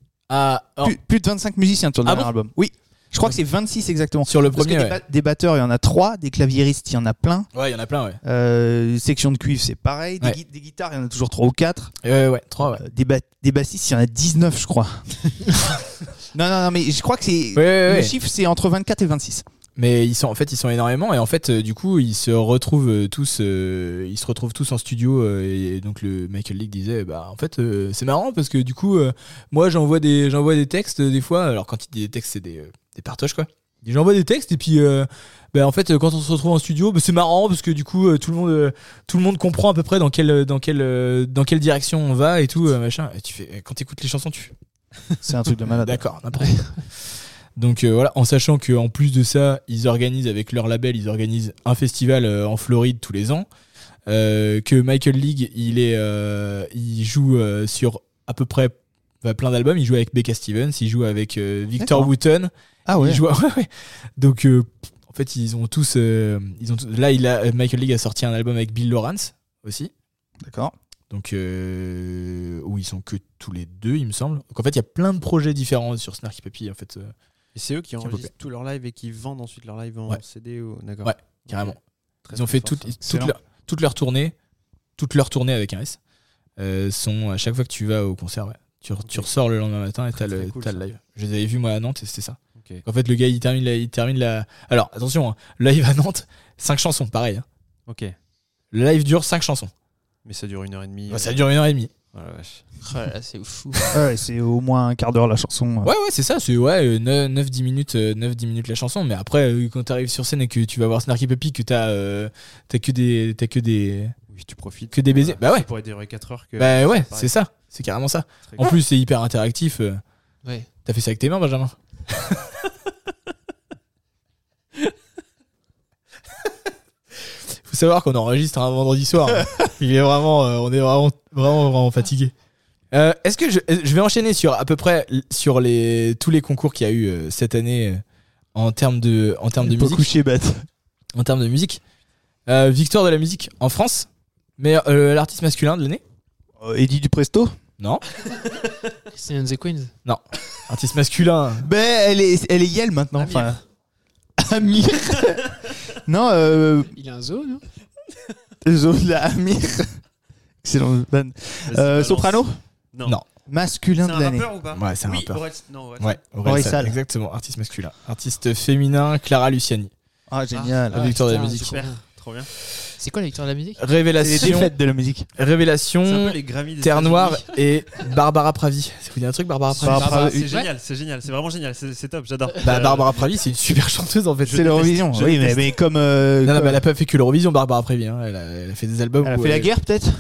Plus Plus de 25 musiciens sur le dernier album. Oui. Je crois que c'est 26 exactement. sur le Parce premier. que des batteurs, il y en a 3, des claviéristes, il y en a plein. Ouais, il y en a plein, ouais. Section de cuivre, c'est pareil. Ouais. Des guitares, il y en a toujours 3 ou 4. Ouais, 3, ouais. Des bassistes, il y en a 19, je crois. non, mais je crois que c'est. Ouais. Le chiffre, c'est entre 24 et 26. Mais ils sont énormément et en fait du coup ils se retrouvent tous en studio et donc le Michael Leake disait bah en fait c'est marrant parce que du coup moi j'envoie des textes des fois, alors quand il dit des textes c'est des partoches quoi. Il dit j'envoie des textes et puis en fait quand on se retrouve en studio c'est marrant parce que du coup tout le monde comprend à peu près dans quelle direction on va et tout machin, et tu fais quand t'écoutes les chansons tu C'est un truc de malade. d'accord, n'importe quoi. Donc voilà, en sachant qu'en plus de ça, ils organisent avec leur label, ils organisent un festival en Floride tous les ans. Que Michael Leake, il joue sur à peu près plein d'albums. Il joue avec Becca Stevens, il joue avec Victor D'accord. Wooten. Ah ouais. Il joue, ouais. Donc en fait, ils ont tous. Là, Michael Leake a sorti un album avec Bill Lawrence aussi. D'accord. Donc où ils sont que tous les deux, il me semble. Donc en fait, il y a plein de projets différents sur Snarky Puppy en fait. Et c'est eux qui Qui enregistrent tous leurs lives et qui vendent ensuite leurs lives en Ouais. CD ou... D'accord. Ouais, carrément. Très, Ils ont très fait fort, ça. toute leur tournée avec un S. Sont à chaque fois que tu vas au concert, ouais. Tu ressors le lendemain matin et Très, t'as très le cool, t'as le ça. live. Je les avais vus moi à Nantes et c'était ça. Ok. En fait, le gars il termine la. Alors attention, hein, le live à Nantes, 5 chansons, pareil. Hein. Ok. Le live dure 5 chansons. Mais ça dure 1h30. Ça dure 1h30. Oh la vache. C'est fou. Ouais, c'est au moins un quart d'heure la chanson. Ouais, c'est ça, c'est 9-10 minutes, 9-10 la chanson. Mais après, quand t'arrives sur scène et que tu vas voir Snarky Puppy, que t'as que des. Oui, tu profites. Que des baisers. Bah ouais. Ça pourrait durer 4 heures. Bah ouais, pareil. c'est ça. C'est carrément ça. Très En cool. plus, c'est hyper interactif. Ouais. T'as fait ça avec tes mains, Benjamin? Faut savoir qu'on enregistre un vendredi soir. Il est vraiment, on est vraiment fatigué. Est-ce que je vais enchaîner sur à peu près sur tous les concours qu'il y a eu cette année en termes de musique. Couché, bête. En termes de musique, victoire de la musique en France, mais l'artiste masculin de l'année. Eddie Dupresto. Non. Christine and the Queens. Artiste masculin. Ben, elle est Yale maintenant. Enfin, Amir. Non, Il a un zoo, non? Zola Amir. Excellent ban. Soprano. Non. Masculin C'est de un l'année. rappeur ou pas? Ouais, c'est un rappeur. Non, Ouais, Orelsan. exactement. Artiste masculin. Artiste féminin, Clara Luciani. Ah, génial. La victoire de la putain, musique. Super, trop bien. C'est quoi la victoire de la musique? C'est les Révélation. défaites de la musique. C'est un Révélation. peu les Grammys des Terre États-Unis. Noire et Barbara Pravi. Ça vous dit un truc, Barbara Pravi? Barbara- C'est Ouais. génial, c'est vraiment génial, c'est top, j'adore. Bah, Barbara Pravi, c'est une super chanteuse en fait. C'est l'Eurovision. je Oui, déteste. mais comme. Non, non, comme- mais elle a pas fait que l'Eurovision, Barbara Pravi. Hein. Elle a fait des albums. Elle a où fait la guerre, peut-être.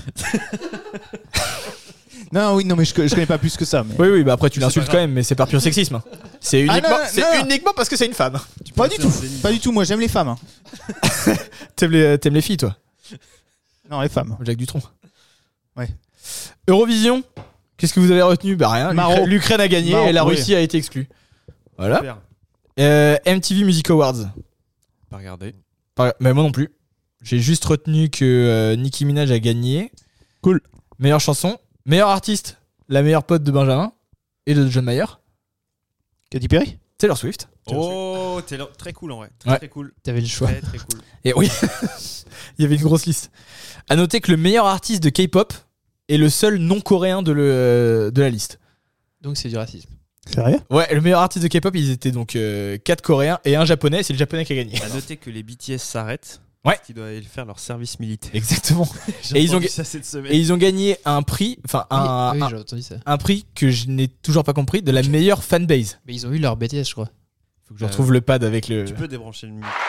Non, oui, non, mais je connais pas plus que ça. Mais... Oui, bah après tu C'est l'insultes pas quand grave. même, mais c'est par pur sexisme. Hein. C'est Ah, uniquement, non. uniquement parce que c'est une femme. Pas du tout. Pas du tout. Moi, j'aime les femmes. Hein. T'aimes les filles, toi, Non, les femmes. Jacques Dutronc. Ouais. Eurovision, qu'est-ce que vous avez retenu? Bah rien. Maroc. L'Ukraine a gagné Maroc, et la oui. Russie a été exclue. Voilà. Super. MTV Music Awards. Pas regardé. Mais moi non plus. J'ai juste retenu que Nicki Minaj a gagné. Cool. Meilleure chanson, meilleur artiste, la meilleure pote de Benjamin et de John Mayer, Katy Perry. Taylor Swift. Oh, très cool en vrai. Ouais. Très cool. T'avais le choix. Très cool. Et oui, il y avait une grosse liste. À noter que le meilleur artiste de K-pop est le seul non coréen de la liste. Donc c'est du racisme. Sérieux? Ouais, le meilleur artiste de K-pop, ils étaient donc 4 coréens et un japonais. C'est le japonais qui a gagné. À noter que les BTS s'arrêtent. Ouais. Parce qu'ils doivent aller faire leur service militaire. Exactement. J'ai Et ils ont entendu ga- ça cette semaine. Et ils ont gagné un prix, enfin Oui, j'ai entendu ça. un prix que je n'ai toujours pas compris, de la meilleure fanbase. Mais ils ont eu leur BTS, je crois. Faut que je retrouve le pad avec le. Tu peux débrancher le micro.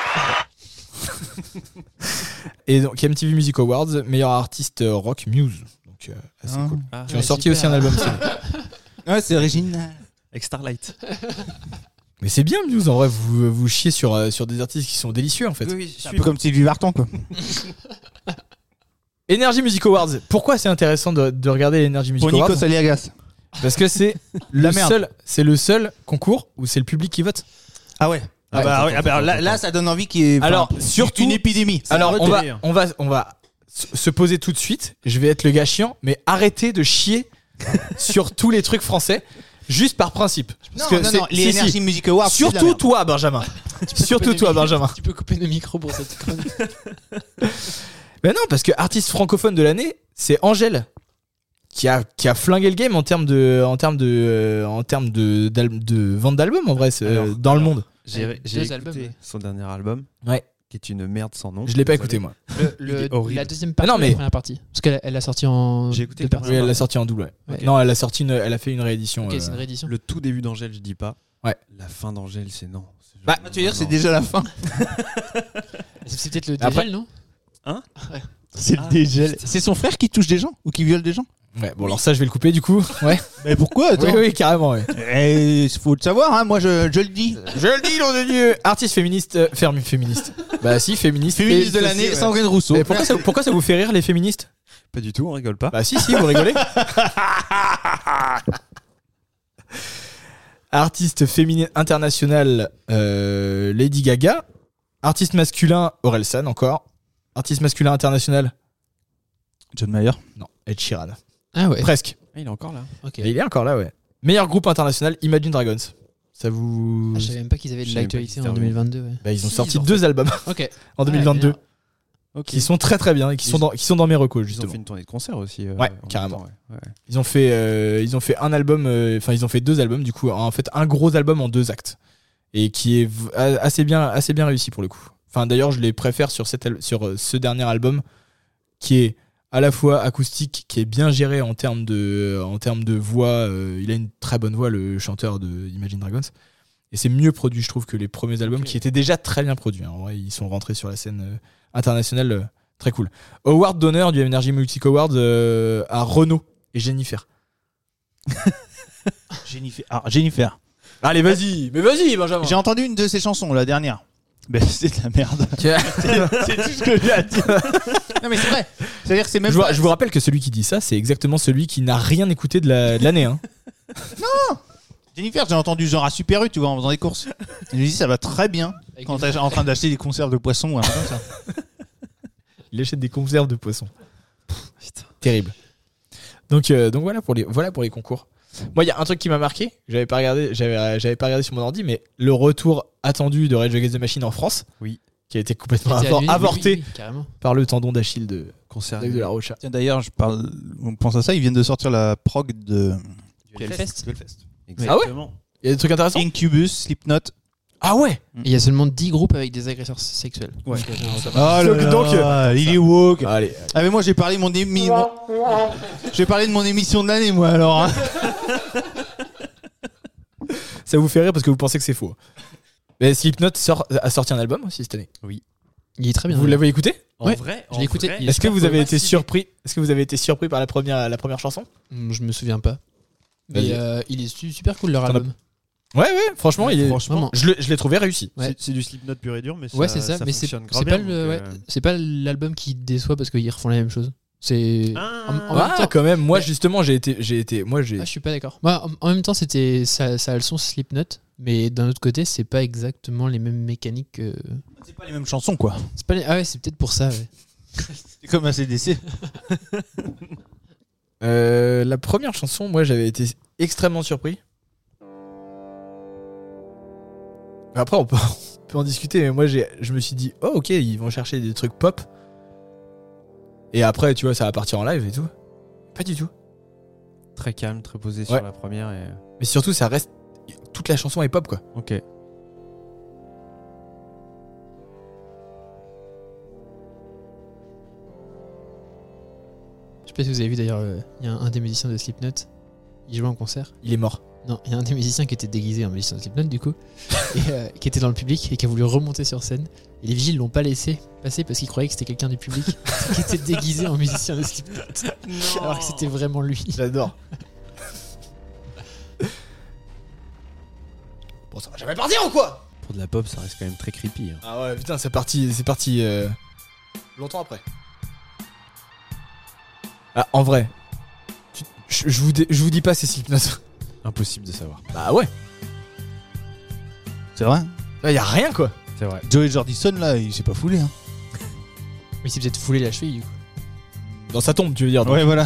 Et donc MTV Music Awards, meilleur artiste rock Muse. Donc assez Ah. cool. Ah, Qui ont Ouais, sorti super. aussi un album. solo. Ouais, c'est original. avec Starlight. Mais c'est bien Muse en vrai, vous chiez sur des artistes qui sont délicieux en fait. Oui, C'est un peu comme Sylvie Vartan, quoi. Energy Music Awards. Pourquoi c'est intéressant de regarder les Energy Music Pour Awards? Nikos Aliagas. Parce que c'est La merde. le seul concours où c'est le public qui vote. Ah ouais. Ouais, Là, ça donne envie qu'il y ait. Alors, enfin, surtout- une épidémie. Alors un on va retélé, hein. on va se poser tout de suite. Je vais être le gars chiant, mais arrêtez de chier sur tous les trucs français juste par principe. Non, que non, c'est- non, les si, Energy si. Music Awards. c'est de la Surtout merde. toi, Benjamin. Surtout Couper toi, le micro. Benjamin. Tu peux couper nos micros pour cette chronique. Mais non, parce que artiste francophone de l'année, c'est Angèle qui a flingué le game en termes de vente d'albums en vrai dans le monde. J'ai Deux écouté albums, ouais. son dernier album. Ouais. Qui est une merde sans nom. Je l'ai pas Désolé. écouté moi. Il est horrible. La deuxième partie, Ah non, mais- la première partie. Parce qu'elle elle a sorti en. J'ai écouté deux la parties. Oui, elle Ouais. l'a sorti en double. Ouais. Ok. Non, elle a fait une réédition. Ok, c'est une réédition. Le tout début d'Angèle, je dis pas. Ouais. La fin d'Angèle, c'est non. C'est genre, Bah, Ah, tu veux dire, c'est non. déjà la fin. C'est peut-être le Après- dégel, non? C'est le Ah, dégel. putain. C'est son frère qui touche des gens ou qui viole des gens? Ouais, bon alors ça je vais le couper du coup. Ouais. Mais pourquoi? Oui, oui, carrément. Ouais. Il faut le savoir, hein. Moi, je le dis. Je le dis, nom de Dieu. Artiste féministe, féministe. Bah si, féministe. Féministe Et de l'année, ouais. Sandrine Rousseau. Mais pourquoi ça vous fait rire les féministes? Pas du tout, on rigole pas. Bah si, vous rigolez. Artiste féminin international, Lady Gaga. Artiste masculin, Orelsan encore. Artiste masculin international, John Mayer. non, Ed Sheeran. Ah ouais. Presque. Ah, il est encore là. Ok. Et il est encore là, ouais. Meilleur groupe international, Imagine Dragons. Ça vous... Ah, je savais même pas qu'ils avaient de Je savais pas l'actualité qu'ils en étaient 2022. Ouais. Bah, ils ont Si, sorti ils ont 2 albums Ok. en 2022 bien. Ok. qui sont très très bien et qui Ils sont dans mes recos Ils ont justement. fait une tournée de concert aussi. Ouais, en même carrément. temps, ouais. Ouais. Ils ont fait un album, enfin ils ont fait 2 albums du coup, en fait un gros album en 2 actes et qui est assez bien réussi pour le coup. Enfin d'ailleurs je les préfère sur ce dernier album qui est à la fois acoustique, qui est bien géré en termes de voix. Il a une très bonne voix le chanteur de Imagine Dragons et c'est mieux produit je trouve que les premiers albums qui étaient déjà très bien produits. Hein. En vrai, ils sont rentrés sur la scène internationale. Très cool. Award d'honneur du Energy Music Awards à Renaud et Jennifer. Jennifer. Alors, Jennifer. Allez, vas-y, mais vas-y, Benjamin. J'ai entendu une de ses chansons, la dernière. Ben, c'est de la merde. C'est tout ce que j'ai à dire. Non, mais c'est vrai. C'est-à-dire que c'est même Je vous rappelle que celui qui dit ça, c'est exactement celui qui n'a rien écouté de l'année. Hein. Jennifer, j'ai entendu genre à Super U, tu vois, en faisant des courses. Et je lui dis, ça va très bien quand t'es en train d'acheter des conserves de poisson ou un truc comme ça. Il achète des conserves de poisson. Terrible. Donc voilà pour les concours. Moi, il y a un truc qui m'a marqué. J'avais pas regardé sur mon ordi, mais le retour attendu de Rage Against the Machine en France, qui a été complètement avorté carrément. Par le tendon d'Achille de Concert de la Rocha. Tiens, d'ailleurs, on pense à ça, ils viennent de sortir la prog de Hellfest. Exactement. Il y a des trucs intéressants. Incubus, Slipknot. Ah ouais. Et il y a seulement 10 groupes avec des agresseurs sexuels. Ouais. Donc, il est woke. Allez. Ah mais moi j'ai parlé de mon j'ai parlé de mon émission de l'année moi alors. Hein. Ça vous fait rire parce que vous pensez que c'est faux. Mais Slipknot a sorti un album aussi cette année. Oui. Il est très bien. Vous l'avez écouté? Ouais, vrai, je l'ai écouté. vrai, Il est Est-ce que vous avez été surpris surpris par la première chanson? Je me souviens pas. Vas-y. Mais il est super cool leur T'en as- album. Ouais, franchement, il est. Franchement, Je l'ai trouvé réussi. Ouais. c'est du Slipknot pur et dur, mais Ouais, c'est ça. Mais c'est fonctionne pas grave bien, le, donc, c'est pas l'album qui déçoit parce qu'ils refont la même chose. C'est en même Ah, temps. quand même. Moi, Ouais. justement, j'ai été. Ah, je suis pas d'accord. Moi, en même temps, c'était ça a le son Slipknot, mais d'un autre côté, c'est pas exactement les mêmes mécaniques. Que... C'est pas les mêmes chansons quoi. C'est pas Ah ouais, c'est peut-être pour ça. Ouais. C'est comme ACDC. La première chanson, moi, j'avais été extrêmement surpris. Après, on peut en discuter, mais moi, je me suis dit, oh, ok, ils vont chercher des trucs pop. Et après, tu vois, ça va partir en live et tout. Pas du tout. très calme, très posé Ouais. sur la première. Et... Mais surtout, ça reste. Toute la chanson est pop, quoi. Ok. Je sais pas si vous avez vu d'ailleurs, il y a un des musiciens de Slipknot, il jouait en concert. Il est mort. Non, il y a un des musiciens qui était déguisé en musicien de Slipknot du coup, et qui était dans le public et qui a voulu remonter sur scène. Et les vigiles l'ont pas laissé passer parce qu'ils croyaient que c'était quelqu'un du public qui était déguisé en musicien de Slipknot, alors que c'était vraiment lui. J'adore. Bon, ça va jamais partir ou quoi? Pour de la pop, ça reste quand même très creepy. Hein. Ah ouais, putain, c'est parti longtemps après. Ah, en vrai, je vous dis pas c'est Slipknot. Impossible de savoir. Bah ouais, C'est vrai. là y a rien quoi. C'est vrai. Joey Jordison là, il s'est pas foulé. Hein. Mais il s'est peut-être foulé la cheville du coup. Dans sa tombe, tu veux dire. donc. Ouais voilà.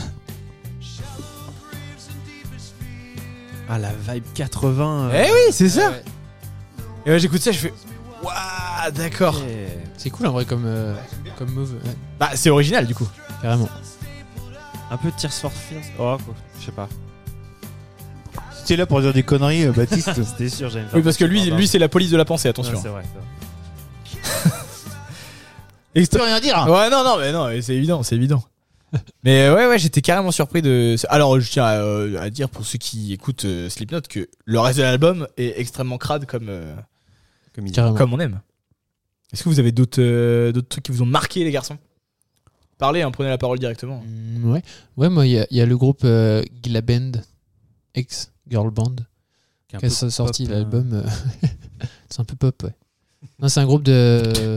Ah, la vibe 80. Eh oui, c'est ça. Ouais. Et ouais, j'écoute ça, je fais waouh, d'accord. Ok. C'est cool en vrai comme move, ouais, Bah c'est original du coup. carrément. Un peu Tears for Fears. Oh, quoi. Je sais pas. C'était là pour dire des conneries, Baptiste. C'était sûr, j'allais me faire Oui, parce que poursuivre, lui pardon. c'est la police de la pensée, Ouais, attention. c'est vrai. C'est vrai. Et Tu peux rien dire. Ouais, non, mais c'est évident, c'est évident. Mais ouais, j'étais carrément surpris de. Alors, je tiens à dire pour ceux qui écoutent Slipknot que le reste de l'album est extrêmement crade comme Carrément. on aime. Est-ce que vous avez d'autres trucs qui vous ont marqué, les garçons? Parlez, hein, prenez la parole directement. Ouais, moi il y a le groupe Gila Band, ex Girl Band, Qui est un qui a peu sorti pop, l'album. C'est un peu pop, ouais. Non, c'est un groupe de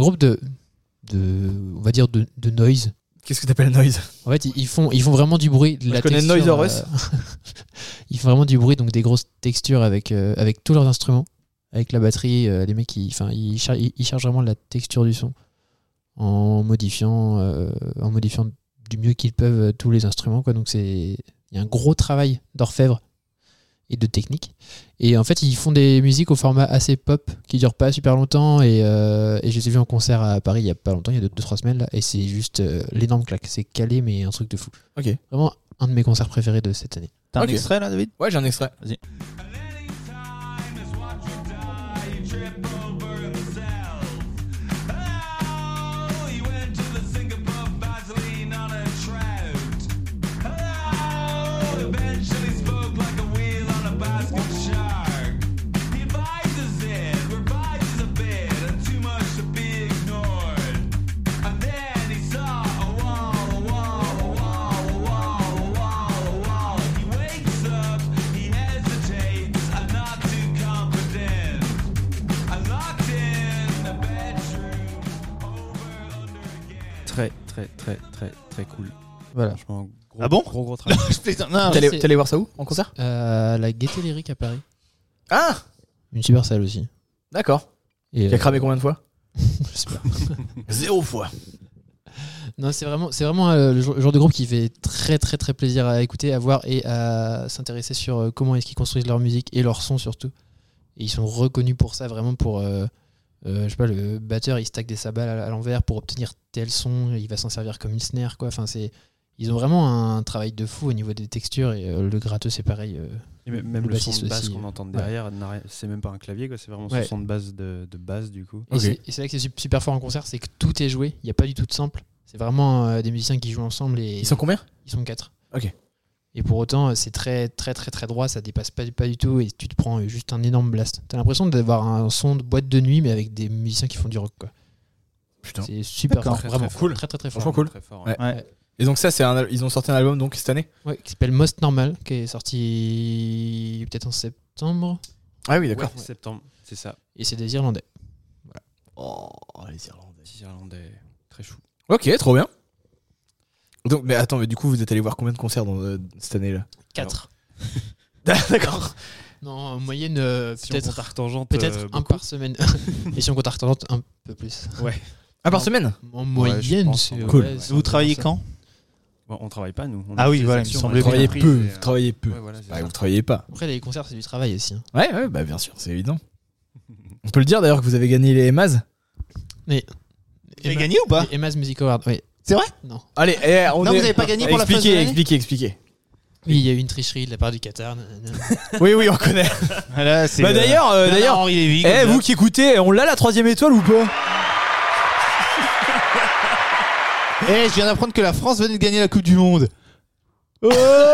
on va dire de noise. Qu'est-ce que t'appelles noise? En fait, ils font vraiment du bruit. De Moi, la je connais texture, Noise or Us. ils font vraiment du bruit, donc des grosses textures avec tous leurs instruments, avec la batterie. Les mecs, ils chargent vraiment la texture du son en modifiant du mieux qu'ils peuvent tous les instruments, quoi. Donc il y a un gros travail d'orfèvre et de technique. Et en fait, ils font des musiques au format assez pop qui durent pas super longtemps. Et je les ai vus en concert à Paris il y a pas longtemps, il y a 2-3 semaines là, et c'est juste l'énorme claque. C'est calé, mais un truc de fou. Ok. Vraiment un de mes concerts préférés de cette année. T'as un Ok. extrait là, David? Ouais, j'ai un extrait. Vas-y. He hesitates. très très très très cool. Voilà. Franchement, gros, Ah bon gros travail. Je plaisante. Non, T'es- T'es allé voir ça où en concert? La Gaieté Lyrique à Paris. Ah, Une super salle aussi. d'accord. Et, Tu as cramé combien de fois? je sais pas. 0 fois. Non, c'est vraiment le genre de groupe qui fait très très très plaisir à écouter, à voir et à s'intéresser sur comment est-ce qu'ils construisent leur musique et leur son surtout. Et ils sont reconnus pour ça, vraiment pour je sais pas, le batteur il stack des sabbats à l'envers pour obtenir tel son, il va s'en servir comme une snare quoi. Enfin ils ont vraiment un travail de fou au niveau des textures et le gratteux c'est pareil. Et même Le le son bassiste de basse aussi, qu'on entend derrière, c'est même pas un clavier, quoi. C'est vraiment Ouais. ce son de base de base du coup. Et Ok. c'est là que c'est super fort en concert, c'est que tout est joué, il n'y a pas du tout de sample. C'est vraiment des musiciens qui jouent ensemble et Ils sont combien? ils sont 4. Ok. Et pour autant, c'est très très très très droit, ça dépasse pas du tout et tu te prends juste un énorme blast. T'as l'impression d'avoir un son de boîte de nuit mais avec des musiciens qui font du rock quoi. Putain. C'est super D'accord. fort, Très, vraiment très cool, fort. très très très fort. Franchement cool. Très fort. Ouais. Ouais. Et donc ça, ils ont sorti un album donc cette année? Ouais, qui s'appelle Most Normal, qui est sorti peut-être en septembre Ah oui, Ouais, d'accord. septembre, c'est ça. et c'est des Irlandais. Oh, les Irlandais. Petit Irlandais, très chou. Ok, trop bien. Donc, mais attends, mais du coup, vous êtes allé voir combien de concerts cette année-là? 4. D'accord. Non, en moyenne Si on peut-être compte Artangente, peut-être un beaucoup. par semaine. Et si on compte Artangente, un peu plus. Un par semaine? En je moyenne, pense, c'est hein. Cool. ouais, c'est Vous travaillez environ quand? Bon, on travaille pas nous. On Ah a oui, des voilà, il me actions, semblait on a Vous des travaillez peu. entreprises et, Vous travaillez peu. Ouais, voilà, c'est Bah, ça. vous travaillez pas. ça. Après, les concerts, c'est du travail aussi. Hein. Ouais, bah bien sûr, c'est évident. On peut le dire d'ailleurs que vous avez gagné les Emaz. Vous avez gagné ou pas? Les Emma's Music Award, oui. C'est vrai? Non. Allez, on Non, vous avez pas gagné pour la phase de l'année Expliquez. Oui, il y a eu une tricherie de la part du Qatar. nanana. Oui, on connaît. Voilà, c'est Bah d'ailleurs, Henri Lévy. comme ça. vous qui écoutez, on l'a la 3ème étoile ou pas? Je viens d'apprendre que la France venait de gagner la Coupe du Monde. Oh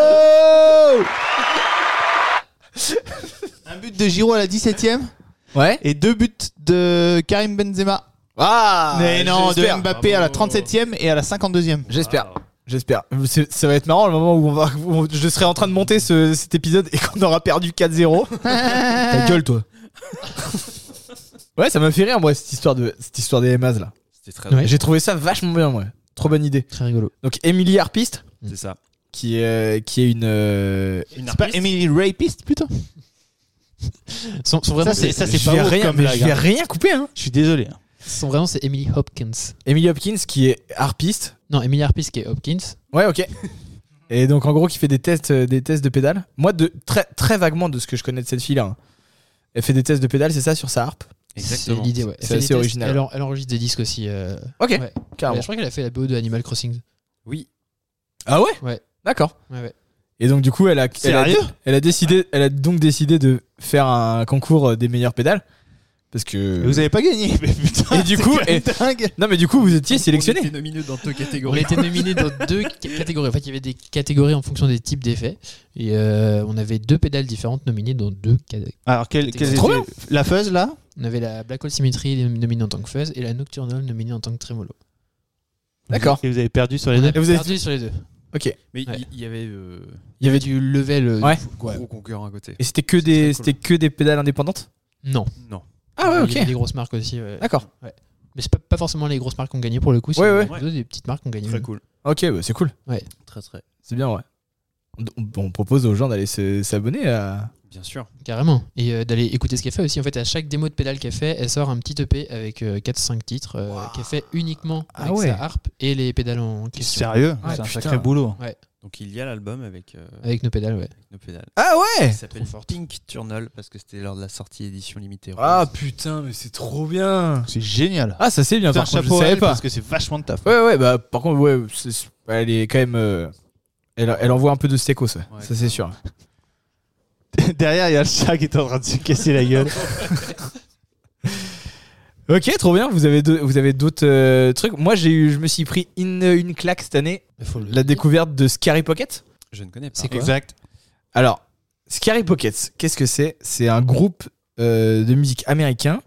Un but de Giroud à la 17ème Ouais. et 2 buts de Karim Benzema. Ah. Mais non, de j'espère. Mbappé à la 37ème et à la 52ème. J'espère. Ça va être marrant le moment où je serai en train de monter cet épisode et qu'on aura perdu 4-0. Ta gueule, toi. Ouais, ça m'a fait rire, moi, cette histoire des Emaz là. C'était très Ouais. drôle. J'ai trouvé ça vachement bien, moi. Trop bonne idée. Très rigolo. Donc, Emily Harpiste, C'est ça. qui est une. C'est pas Emily Rapist plutôt? Sont vraiment, Ça, c'est je pas vais ouf rien, comme mais blague, je vais hein. rien couper, hein. Je suis désolé. c'est Emily Hopkins. Emily Hopkins, qui est harpiste. Non, Emily Harpis qui est Hopkins. Ouais, ok. Et donc, en gros, qui fait des tests de pédales. Moi, très, très vaguement de ce que je connais de cette fille-là, hein. Elle fait des tests de pédales, c'est ça, sur sa harpe. Exactement. C'est l'idée, ouais. Elle C'est fait des assez tests, original. Elle enregistre des disques aussi. Ok, Ouais. carrément. Je crois qu'elle a fait la BO de Animal Crossing. Oui. Ah ouais? Ouais. D'accord. Ouais. Et donc, du coup, elle a donc décidé de faire un concours des meilleures pédales. Parce que. Vous avez pas gagné. Mais putain, Et du c'est coup, quand même dingue. Non, mais du coup, vous étiez On sélectionné. était nominé dans 2 On catégories. était nominé dans 2 catégories. En fait, il y avait des catégories en fonction des types d'effets. Et on avait 2 pédales différentes nominées dans 2 catégories. Alors, quelle C'est trop était la fuzz là? On avait la Black Hole Symmetry nominée en tant que fuzz et la Nocturnal nominée en tant que tremolo. D'accord. Et vous avez perdu sur les On deux. a Et vous avez- perdu sur les deux. Ok. Mais Ouais. il y avait Il y avait Du level. Ouais. gros concurrent à côté. Et c'était que des pédales indépendantes? Non. Non. Ah ouais, Il y avait ok. des grosses marques aussi. Ouais. D'accord. Mais c'est pas forcément les grosses marques qui ont gagné pour le coup. C'est Ouais. plutôt des petites marques qui ont gagné. Très cool. Ok, bah, c'est cool. Très très. C'est bien, ouais. On propose aux gens d'aller s'abonner à. Bien sûr. Carrément. Et d'aller écouter ce qu'elle fait aussi. En fait, à chaque démo de pédale qu'elle fait, elle sort un petit EP avec 4-5 titres qu'elle fait uniquement Ah avec ouais. sa harpe et les pédales en question. Sérieux? Ouais, C'est un putain. sacré boulot. Donc il y a l'album avec Avec nos pédales, ouais. nos pédales. Ah ouais! Il s'appelle Trop forte. Pink Turnal parce que c'était lors de la sortie édition limitée. Ah rose. putain, mais c'est trop bien! C'est génial. Ah, ça c'est bien, Putain, par contre, je chapeau à savais elle pas. parce que c'est vachement de taf. Ouais, bah par contre, ouais, elle est quand même. Elle envoie un peu de stécos, ouais. Ouais, Ça c'est sûr. Derrière, il y a le chat qui est en train de se casser la gueule. Ok, trop bien. Vous avez d'autres trucs. Moi, je me suis pris une claque cette année. La découverte de Scary Pocket. Je ne connais pas. C'est quoi Exact. Alors, Scary Pockets, qu'est-ce que c'est? C'est un groupe de musique américain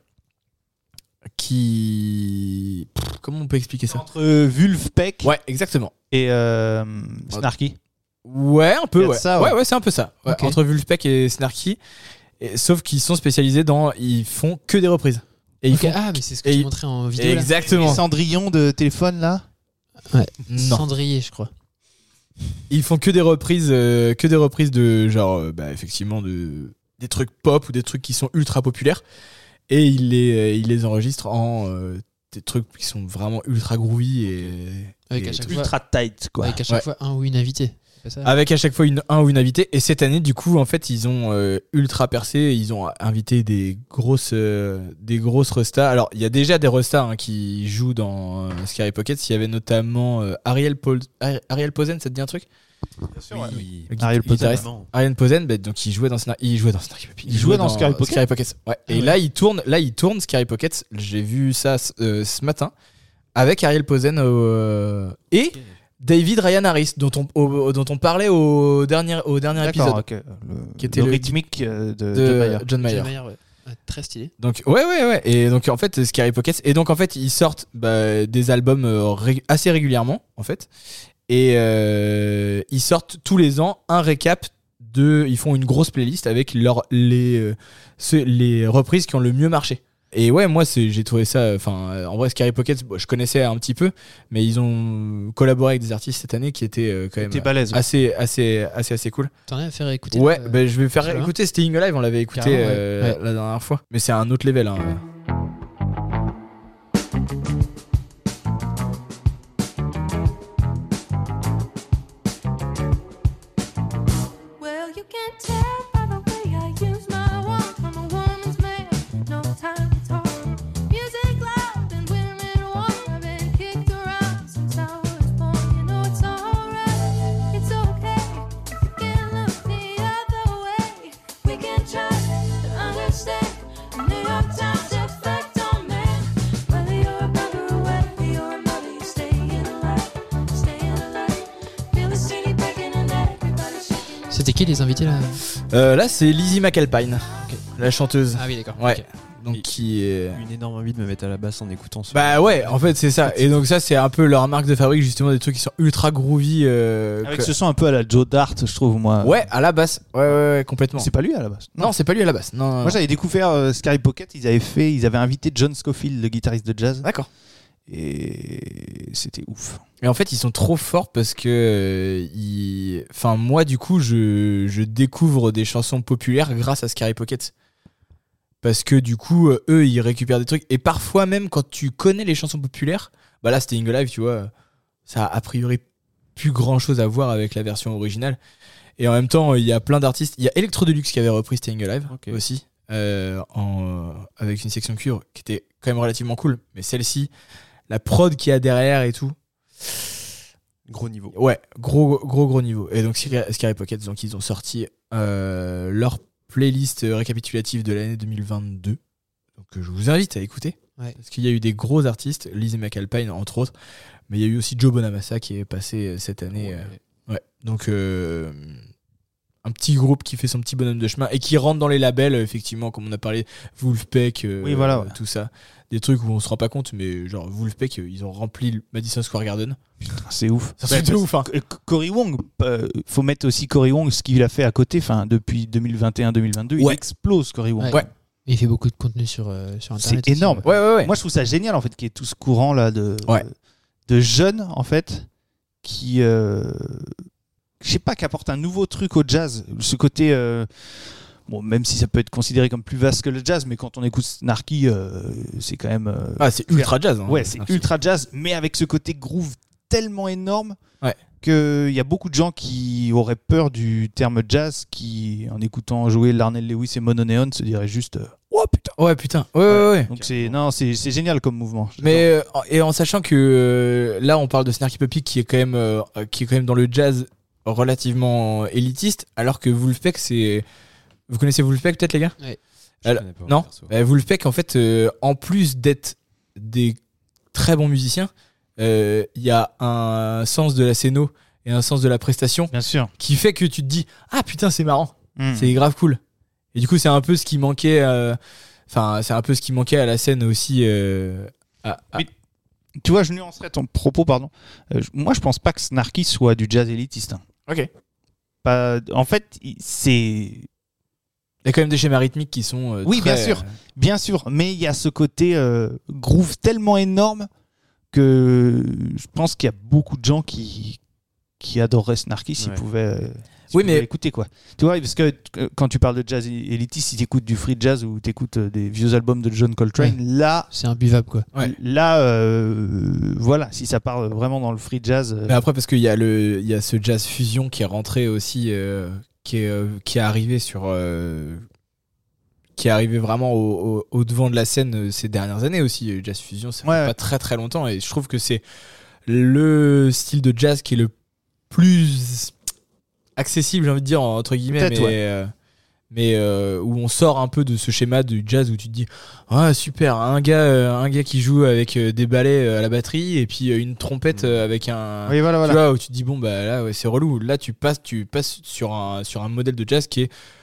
qui. Comment on peut expliquer ça? Entre Vulfpeck Ouais, exactement. et Snarky. Ouais, un peu, Il y a de ouais. ça, ouais. ouais. C'est un peu ça. Ouais, Ok. entre Vulfpeck et Snarky. Sauf qu'ils sont spécialisés ils font que des reprises. Et ils Ok, font. ah, mais c'est ce que et tu ils- montrais en vidéo. Là. Exactement. Les Cendrillon de téléphone là. Non. Cendrier, je crois. Ils font que des reprises de genre, effectivement, des trucs pop ou des trucs qui sont ultra populaires. Et ils les enregistrent en des trucs qui sont vraiment ultra groovy Avec et à chaque tout. fois, Ultra tight, quoi. avec à chaque Ouais. fois un ou une invitée. C'est pas ça Avec à chaque fois un ou une invitée. Et cette année, du coup, en fait, ils ont ultra percé. Ils ont invité des grosses restas. Alors, il y a déjà des restas qui jouent dans Scary Pockets. Il y avait notamment Ariel Posen, ça te dit un truc? Oui. Ariel Posen. Guitariste. Ariel Posen, donc il jouait dans Scary Pockets. Il jouait dans Scary Pockets. Ouais. Et là, il tourne Scary Pockets. J'ai vu ça ce matin avec Ariel Posen et David Ryan Harris, dont on parlait au dernier épisode, D'accord, ok. qui était le le rythmique de de John Mayer. John Mayer. Ouais. Très stylé. Donc ouais. Et donc en fait, Scary Pockets. Et donc en fait, ils sortent des albums assez régulièrement en fait. Et ils sortent tous les ans un récap ils font une grosse playlist avec les reprises qui ont le mieux marché. Et ouais, moi j'ai trouvé ça, en vrai Scary Pockets, je connaissais un petit peu, mais ils ont collaboré avec des artistes cette année qui étaient quand même T'es balèze. Ouais. assez cool. T'en as à faire écouter Ouais, je vais faire celui-là écouter Staying Alive, on l'avait écouté Carrément, ouais. la dernière fois, mais c'est un autre level. Well, you can tell by the way I use my walk. I'm a woman's man, no time to talk. Music loud and women warm. I've been kicked around since I was born. You know it's alright, it's okay. You can look the other way. We can try to understand the New York Times effect on man. Whether you're a brother or whether you're a mother, you're staying alive, staying alive. Feel the city breaking and everybody's shaking. C'était qui les invités là Là, c'est Lizzie McAlpine, la chanteuse. Ah oui, d'accord. Ouais. Ok. Donc qui est Une énorme envie de me mettre à la basse en écoutant ce. Bah ouais, en fait c'est ça. Et donc ça c'est un peu leur marque de fabrique, justement, des trucs qui sont ultra groovy. Avec ce son un peu à la Joe Dart, je trouve, moi. Ouais, à la basse. Ouais, complètement. C'est pas lui à la basse. Non, c'est pas lui à la basse. Non. Moi j'avais découvert Scary Pocket, ils avaient invité John Scofield, le guitariste de jazz, D'accord. et c'était ouf. Et en fait ils sont trop forts parce que moi du coup je découvre des chansons populaires grâce à Scary Pocket. Parce que du coup, eux, ils récupèrent des trucs. Et parfois, même quand tu connais les chansons populaires, bah là, Staying Alive, tu vois, ça a priori plus grand chose à voir avec la version originale. Et en même temps, il y a plein d'artistes. Il y a Electro Deluxe qui avait repris Staying Alive aussi, avec une section cuivre qui était quand même relativement cool. Mais celle-ci, la prod qu'il y a derrière et tout. Gros niveau. Ouais, gros niveau. Et donc, Scary Pockets, donc, ils ont sorti leur playlist récapitulative de l'année 2022. Donc je vous invite à écouter. Ouais. Parce qu'il y a eu des gros artistes, Lizzie McAlpine entre autres, mais il y a eu aussi Joe Bonamassa qui est passé cette année. Ouais. Donc un petit groupe qui fait son petit bonhomme de chemin et qui rentre dans les labels, effectivement, comme on a parlé, Wolfpack, Oui, voilà, ouais. tout ça. Des trucs où on se rend pas compte, mais genre Wolfpack, ils ont rempli le Madison Square Garden. C'est ouf. C'est un truc de ouf, hein. Cory Wong, faut mettre aussi Cory Wong, ce qu'il a fait à côté, depuis 2021-2022, il Ouais. explose Cory Wong. Ouais. Et il fait beaucoup de contenu sur Internet. C'est aussi, énorme. Ouais. Moi je trouve ça génial en fait qu'il y ait tout ce courant là de jeunes en fait qui je sais pas, qui apportent un nouveau truc au jazz, ce côté bon, même si ça peut être considéré comme plus vaste que le jazz, mais quand on écoute Snarky, c'est quand même c'est ultra jazz, hein. ouais, c'est ultra jazz, mais avec ce côté groove tellement énorme Ouais. qu'il y a beaucoup de gens qui auraient peur du terme jazz, qui en écoutant jouer Larnell Lewis et Mononeon se diraient juste oh putain. Ouais, putain. Ouais. Donc c'est génial comme mouvement. Mais et en sachant que là on parle de Snarky Puppy qui est quand même dans le jazz relativement élitiste, alors que Wolfpack, vous connaissez Wolfpack peut-être, les gars? Ouais. Je connais pas, non, perso. Wolfpack en fait, en plus d'être des très bons musiciens, il y a un sens de la scéno et un sens de la prestation Bien sûr. qui fait que tu te dis ah putain c'est marrant, Mm. c'est grave cool. Et du coup c'est un peu ce qui manquait, c'est un peu ce qui manquait à la scène aussi. Oui. Tu vois, je nuancerais ton propos, pardon. Moi, je pense pas que Snarky soit du jazz élitiste. Ok. En fait, c'est Il y a quand même des schémas rythmiques qui sont Oui, très, bien sûr. Bien sûr, mais il y a ce côté groove tellement énorme que je pense qu'il y a beaucoup de gens qui adoreraient Snarky s'ils Ouais. pouvaient. Oui, mais- écouter quoi. Tu vois, parce que quand tu parles de jazz élitiste, si t'écoutes du free jazz ou t'écoutes des vieux albums de John Coltrane, là, C'est imbuvable, quoi. Ouais. voilà, si ça parle vraiment dans le free jazz. Mais après, parce qu'il y a ce jazz fusion qui est rentré aussi, qui est arrivé qui est arrivé vraiment au devant de la scène ces dernières années aussi. Jazz fusion, ça fait Ouais. pas très très longtemps, et je trouve que c'est le style de jazz qui est le plus accessible, j'ai envie de dire, entre guillemets, Peut-être, mais où on sort un peu de ce schéma du jazz où tu te dis ah super, un gars qui joue avec des balais à la batterie et puis une trompette avec un Oui, voilà, tu voilà. vois, où tu te dis bon bah là ouais, c'est relou. Là tu passes sur un modèle de jazz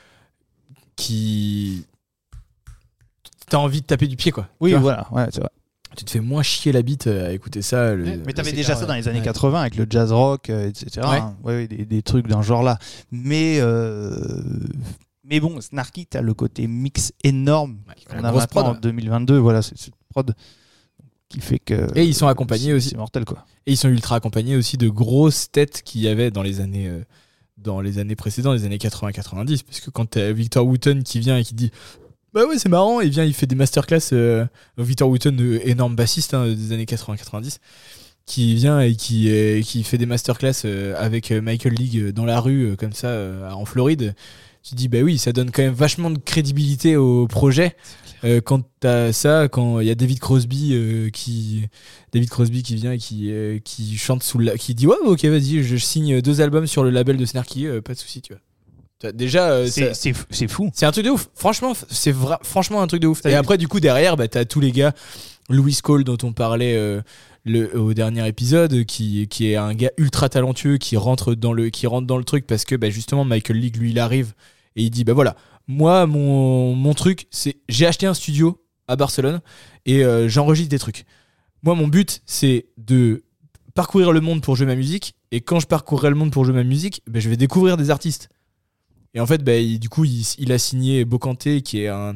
qui t'as envie de taper du pied, quoi. Oui, Tu vois, voilà, ouais, c'est vrai. tu te fais moins chier la bite à écouter ça. Mais t'avais c'est déjà clair, ça dans les années ouais. 80 avec le jazz rock, etc. Ouais. hein. Ouais, des trucs d'un genre là. Mais bon, Snarky, t'as le côté mix énorme qu'on la a grosse maintenant prod. en 2022. Voilà, c'est cette prod qui fait que. Et ils sont accompagnés c'est- aussi. C'est mortel, quoi. Et ils sont ultra accompagnés aussi de grosses têtes qu'il y avait dans les années précédentes, les années 80-90. Parce que quand t'as Victor Wooten qui vient et qui dit bah ouais, c'est marrant, il vient, il fait des masterclass. Victor Wooten, énorme bassiste des années 80-90, qui vient et qui fait des masterclass avec Michael League dans la rue, comme ça, en Floride. Tu dis, bah oui, ça donne quand même vachement de crédibilité au projet. Quand t'as ça, quand il y a David Crosby qui vient et qui chante qui dit ouais, ok, vas-y, je signe 2 albums sur le label de Snarky, pas de souci, tu vois. Déjà, C'est fou. c'est un truc de ouf. Franchement, franchement un truc de ouf. Ça Et y est. après, du coup, derrière, bah, t'as tous les gars. Louis Cole, dont on parlait au dernier épisode, qui est un gars ultra talentueux qui rentre dans le truc parce que bah, justement, Michael League, lui, il arrive et il dit bah voilà, moi, mon truc, c'est j'ai acheté un studio à Barcelone et j'enregistre des trucs. Moi, mon but, c'est de parcourir le monde pour jouer ma musique. Et quand je parcourrai le monde pour jouer ma musique, bah, je vais découvrir des artistes. Et en fait, bah, du coup, il a signé Bokanté, qui est un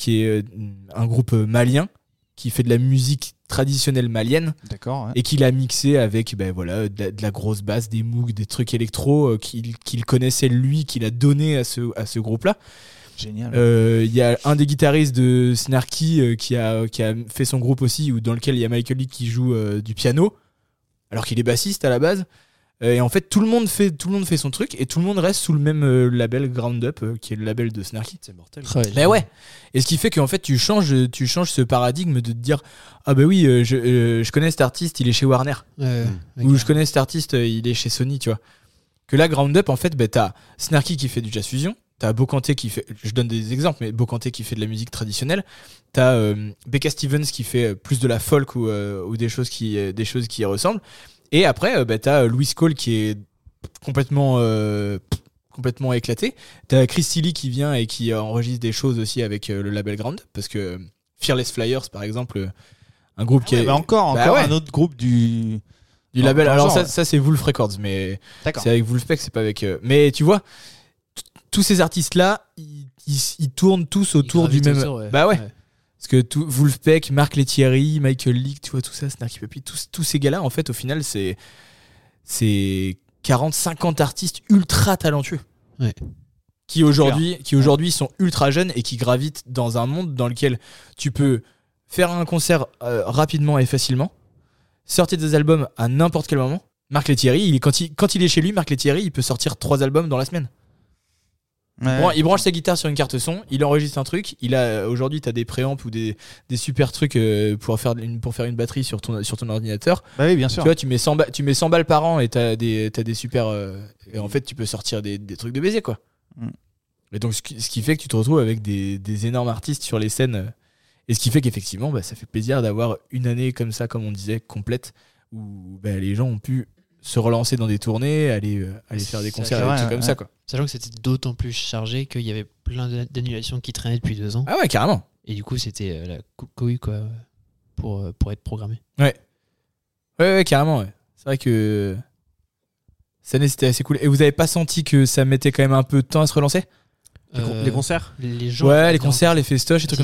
groupe malien qui fait de la musique traditionnelle malienne D'accord. Ouais. et qu'il a mixé avec voilà, de la grosse basse, des Moog, des trucs électro qu'il connaissait lui, qu'il a donné à ce groupe-là. Génial. Il y a un des guitaristes de Snarky qui a fait son groupe aussi, dans lequel il y a Michael League qui joue du piano, alors qu'il est bassiste à la base. Et en fait, tout le monde fait son truc et tout le monde reste sous le même label Ground Up, qui est le label de Snarky. C'est mortel. Mais ouais. Et ce qui fait qu'en fait, tu changes ce paradigme de te dire ah bah oui, je connais cet artiste, il est chez Warner. Ou je connais cet artiste, il est chez Sony, tu vois. Que là, Ground Up, en fait, bah, t'as Snarky qui fait du jazz fusion. T'as Bokanté qui fait, je donne des exemples, mais Bokanté qui fait de la musique traditionnelle. T'as Becca Stevens qui fait plus de la folk ou des choses qui y ressemblent. Et après, bah, t'as Louis Cole qui est complètement éclaté. T'as Chris Tilly qui vient et qui enregistre des choses aussi avec le label Ground, parce que Fearless Flyers, par exemple, un groupe qui est Encore Bah ouais. un autre groupe du label. dans le Alors genre, ça c'est Wolf Records, mais D'accord. c'est avec Wolfpack, c'est pas avec. Mais tu vois, tous ces artistes-là, ils tournent tous autour du même. Bah ouais. Parce que Wolfpack, Marc Lettieri, Michael League, tu vois, tout ça, Snarky Puppy, tous ces gars-là, en fait, au final, c'est 40-50 artistes ultra talentueux. Ouais. Qui aujourd'hui sont ultra jeunes et qui gravitent dans un monde dans lequel tu peux faire un concert rapidement et facilement, sortir des albums à n'importe quel moment. Marc Lettieri, quand il est chez lui, Marc Lettieri, il peut sortir 3 albums dans la semaine. Ouais. Bon, il branche sa guitare sur une carte son, il enregistre un truc. Aujourd'hui, t'as des préamps ou des super trucs pour faire une batterie sur ton ordinateur. Bah oui, bien Tu sûr. vois, tu mets 100 balles par an et t'as des super. Et en fait, tu peux sortir des trucs de baiser, quoi. Mm. Et donc, ce qui fait que tu te retrouves avec des énormes artistes sur les scènes. Et ce qui fait qu'effectivement, bah, ça fait plaisir d'avoir une année comme ça, comme on disait, complète, où bah, les gens ont pu se relancer dans des tournées, aller faire des Ça, concerts, c'est des vrai, trucs comme ouais. ça, quoi. Sachant que c'était d'autant plus chargé qu'il y avait plein d'annulations qui traînaient depuis 2 ans. Ah ouais, carrément. Et du coup, c'était la cohue, quoi, pour être programmé. Ouais, carrément, ouais. C'est vrai que cette année, c'était assez cool. Et vous avez pas senti que ça mettait quand même un peu de temps à se relancer ? Les concerts Les gens Ouais, les adorent. concerts, les festoches, et trucs Si, comme ça. si.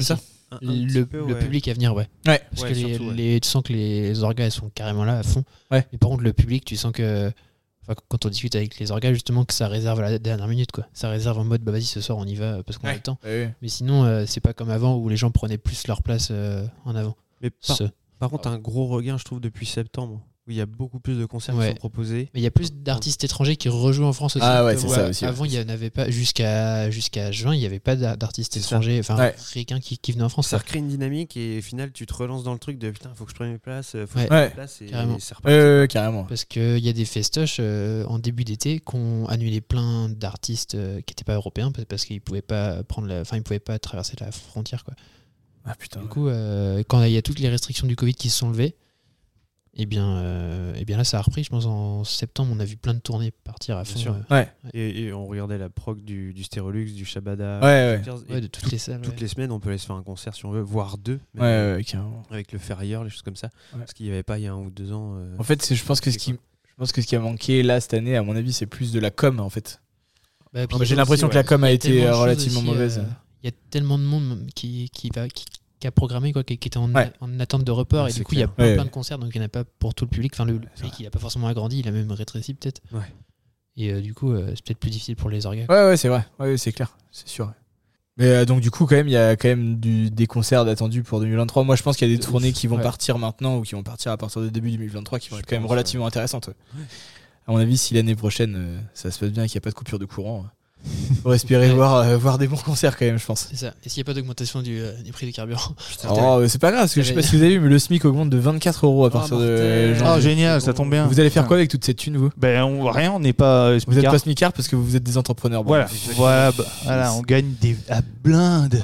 Le peu, le ouais. public à venir, ouais. Ouais. Parce Ouais, que surtout, ouais. tu sens que les orgas elles sont carrément là à fond. Ouais. Mais par contre, le public, tu sens que. Enfin, quand on discute avec les orgas, justement, que ça réserve à la dernière minute, quoi. Ça réserve en mode, bah vas-y, ce soir on y va parce qu'on a le temps. Ouais. Mais sinon, c'est pas comme avant où les gens prenaient plus leur place en avant. Mais par contre, un gros regain, je trouve, depuis septembre, où il y a beaucoup plus de concerts qui Ouais. sont proposés. Mais il y a plus d'artistes étrangers qui rejouent en France aussi. Ah ouais, c'est Où, ça aussi, ouais. Avant, il y en avait pas jusqu'à juin, il y avait pas d'artistes C'est ça. étrangers, enfin Ouais. ricains qui venaient en France. Ça recrée une dynamique et au final, tu te relances dans le truc de putain, faut que je prenne mes places, faut que Ouais. je prenne Ouais. mes places et Carrément. c'est reparti. Carrément. Parce qu'il y a des festoches en début d'été qui ont annulé plein d'artistes qui n'étaient pas européens parce qu'ils pouvaient pas ils pouvaient pas traverser la frontière, quoi. Ah putain. Du coup, quand il y a toutes les restrictions du Covid qui se sont levées, et bien là ça a repris. Je pense en septembre, on a vu plein de tournées partir à Bien fond. sûr. Et on regardait la prog du Stérolux, du Ouais, Shabada, ouais. De toutes les salles. toutes ouais. les semaines, on peut aller se faire un concert si on veut, voire deux, même, Ouais, carrément. avec le Ferrier, les choses comme ça. Ouais. Parce qu'il n'y avait pas il y a 1 ou 2 ans. En fait, je pense que ce qui a manqué là cette année, à mon avis, c'est plus de la com en fait. Bah, puis J'ai il y a l'impression aussi, que la com a il y a été tellement de choses relativement aussi, mauvaise. Il y a tellement de monde qui a programmé, quoi, qui était en Ouais. attente de report, Ouais, et du c'est coup il y a clair. plein, Ouais. plein de concerts, donc il n'y en a pas pour tout le public. Enfin, le public il a pas forcément agrandi, il a même rétréci peut-être. Ouais. Et du coup c'est peut-être plus difficile pour les orgas. Ouais, c'est vrai. Ouais, c'est clair, c'est sûr. Mais donc du coup, quand même, il y a quand même des concerts d'attendus pour 2023. Moi, je pense qu'il y a des tournées qui vont Ouais. partir maintenant ou qui vont partir à partir de début 2023, qui vont Je être quand même pense, relativement intéressantes. Ouais. À mon avis, si l'année prochaine ça se passe bien et qu'il n'y a pas de coupure de courant, faut espérer Ouais. voir des bons concerts quand même, je pense. C'est ça. Et s'il n'y a pas d'augmentation du prix du carburant. Oh, c'est pas grave, parce que je sais pas si vous avez vu, mais le SMIC augmente de 24 € à partir de mortel. janvier. Oh, génial, ça tombe bien. Vous allez faire quoi avec toute cette thune, vous? Rien, on n'est pas. Vous êtes pas smicard parce que vous êtes des entrepreneurs. Bon. Voilà, on gagne à blinde.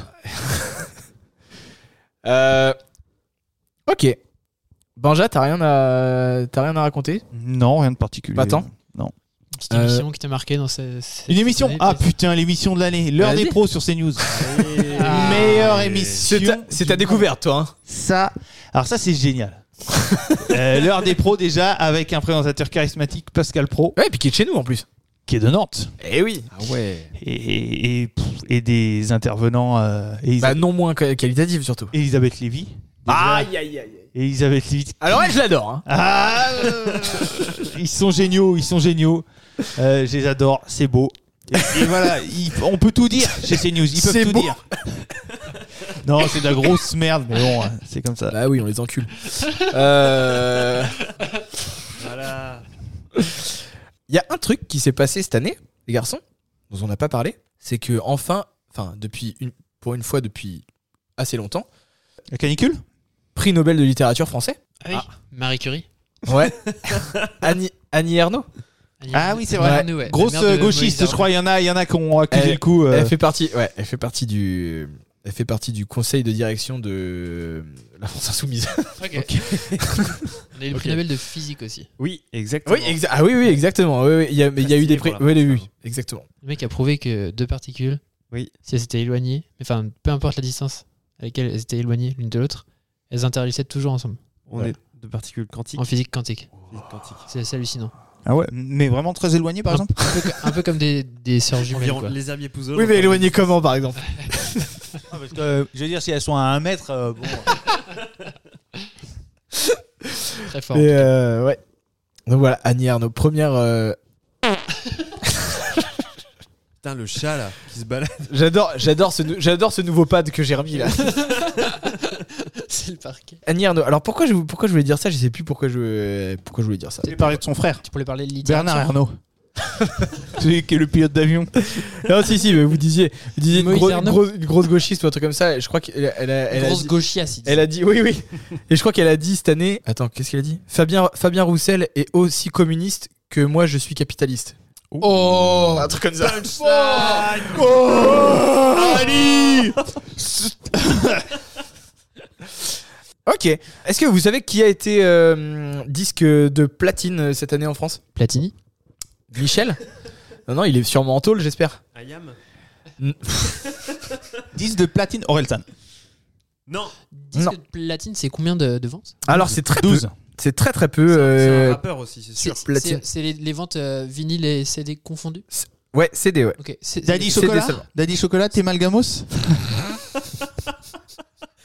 Ok. Banja, t'as rien à raconter? Non, rien de particulier. Pas tant. Petite émission qui t'a marqué dans cette Une émission. année, Ah peut-être. putain, l'émission de l'année. L'heure Vas-y. des pros sur CNews. Ah. Meilleure émission. C'est ta découverte, toi. Hein. Ça, alors ça c'est génial. L'heure des pros déjà avec un présentateur charismatique, Pascal Pro, Ouais, puis qui est de chez nous en plus. qui est de Nantes, Eh oui. Ah ouais. et des intervenants. Bah non moins qualitatif surtout. Elisabeth Lévy. Déjà. Aïe aïe aïe. Elisabeth Lévy. Alors elle, je l'adore. Hein. Ah, ils sont géniaux. Je les adore, c'est beau. Et voilà, on peut tout dire chez CNews. Ils peuvent C'est tout beau. dire. Non, c'est de la grosse merde, mais bon, c'est comme ça. Bah oui, on les encule. Voilà. Il y a un truc qui s'est passé cette année, les garçons, dont on n'a pas parlé, c'est que pour une fois depuis assez longtemps, La canicule. prix Nobel de littérature français. Ah oui, Marie Curie. Ouais. Annie Ernaux. Ah oui, c'est Marie vrai. Arnaud, ouais. Grosse La mère de gauchiste, Moïse je Darwin. crois. Il y en a qui ont accusé le coup. Elle fait partie du conseil de direction de la France Insoumise. Ok. On a eu le prix Nobel de physique aussi. Oui, exactement. Oui, exactement. Oui. Il y a eu des prix. Pour la Oui, France, oui, exactement. Le mec a prouvé que deux particules, Oui. si elles s'étaient éloignées, enfin peu importe la distance à laquelle elles étaient éloignées l'une de l'autre, elles interagissaient toujours ensemble. On est de particules quantiques. En physique quantique. Physique quantique. C'est hallucinant. Ah ouais, mais vraiment très éloigné par exemple. Un peu comme des sœurs jumelles, Environ quoi. les herbiers pouzzolent. Oui, mais éloigné comment, par exemple? Parce que, je veux dire, si elles sont à 1 mètre, bon. Très fort. Et ouais. Donc voilà, Annie Ernaux, première. Putain, le chat là, qui se balade. J'adore ce nouveau pad que j'ai remis là. C'est le parquet. Annie Ernaux. Alors pourquoi je voulais dire ça? Je sais plus pourquoi je voulais dire ça. Tu parlais de son frère, Tu pourrais parler de littérature. Bernard Arnault. Celui qui est le pilote d'avion. Non, si, mais vous disiez Moïse Arnaud. une grosse gauchiste ou un truc comme ça. Et je crois qu'elle a Grosse dit- gauchiasse. Elle a dit oui. Et je crois qu'elle a dit cette année. Attends, qu'est-ce qu'elle a dit? Fabien Roussel est aussi communiste que moi je suis capitaliste. Oh, Un truc comme ça. Ali. Ok. Est-ce que vous savez qui a été disque de platine cette année en France? Platini. Michel? Non, il est sûrement en tôle, j'espère. Ayam. 10 de platine, Orelsan. Non. Disque Non. de platine, c'est combien de ventes? Alors c'est très 12. peu. C'est très peu. C'est un rappeur aussi, c'est sûr. platine. C'est les ventes vinyle et CD confondus. Ouais, CD, ouais. Ok. Daddy CD Chocolat. seulement. Daddy Chocolat, t'es Malgamos.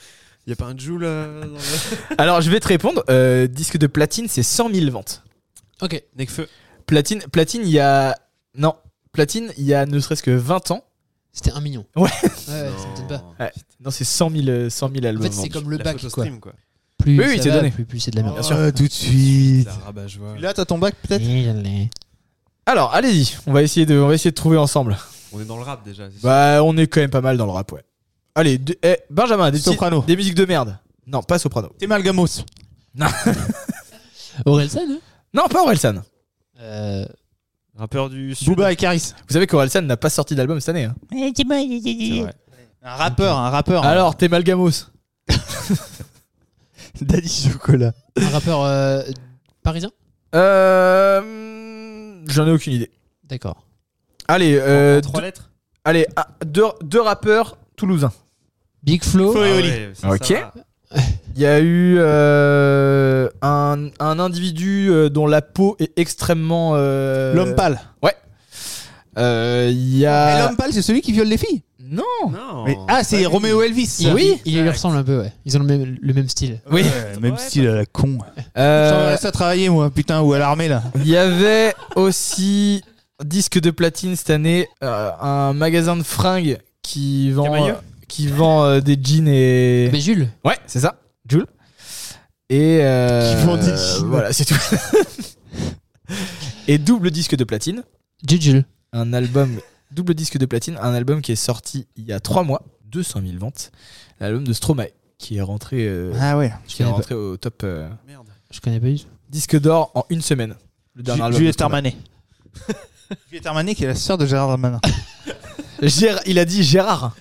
Y a pas un Joule dans le... Alors, je vais te répondre. Disque de platine, c'est 100 000 ventes. Ok. Necfeu. Platine, il y a. Non, platine, il y a ne serait-ce que 20 ans. C'était 1 million. Ouais. Ça m'étonne pas. Ouais. Non, c'est 100 000 albums. En fait, c'est vendus. comme le La bac, photo quoi. stream, quoi. Plus Oui, ça c'est va, donné. plus c'est de la merde. Bien sûr. Tout de suite. C'est un rabat-joie. Là, t'as ton bac peut-être. Alors, allez-y. On va essayer de trouver ensemble. On est dans le rap déjà. c'est Bah, on est quand même pas mal dans le rap, ouais. Allez, Benjamin, Soprano. des musiques de merde. Non, pas Soprano. T'es Malgamos. Orelsan, hein Non, pas Orelsan. euh, sûr. Rappeur du Sud. Booba et Caris. Vous savez qu'Orelsan n'a pas sorti d'album cette année. Hein. C'est vrai. Un rappeur. Alors, t'es Malgamos. Daddy Chocolat. un rappeur parisien. J'en ai aucune idée. D'accord. Allez, En 3 lettres. allez, deux rappeurs toulousains. Big Flo. Flo et Oli. ouais, ça Ok. va. Il y a eu un individu dont la peau est extrêmement. L'homme pâle. Il y Et a. l'homme pâle, c'est celui qui viole les filles. Non. Non. Mais- ah, c'est Pas lui. Roméo Elvis. Il, Oui. il lui ressemble un peu, ouais. Ils ont le même style. Oui. Ouais, même Ouais, style à la con. Euh, J'aimerais ça travailler, moi, putain, ou à l'armée, là. Il y avait aussi disque de platine cette année, un magasin de fringues qui vend des jeans et. Mais Jules. Ouais, c'est ça, Jules. Et Qui vend des jeans. voilà, c'est tout. Et double disque de platine, Jules. un album double disque de platine, un album qui est sorti il y a 3 mois, 200 000 ventes, l'album de Stromae qui est rentré, Ah ouais. qui est rentré au top Merde. Je connais pas du tout. disque d'or en une semaine. Le dernier album de Juliette Stromae. Armanet. Juliette Armanet, qui est la sœur de Gérard Darmanin. Il a dit Gérard.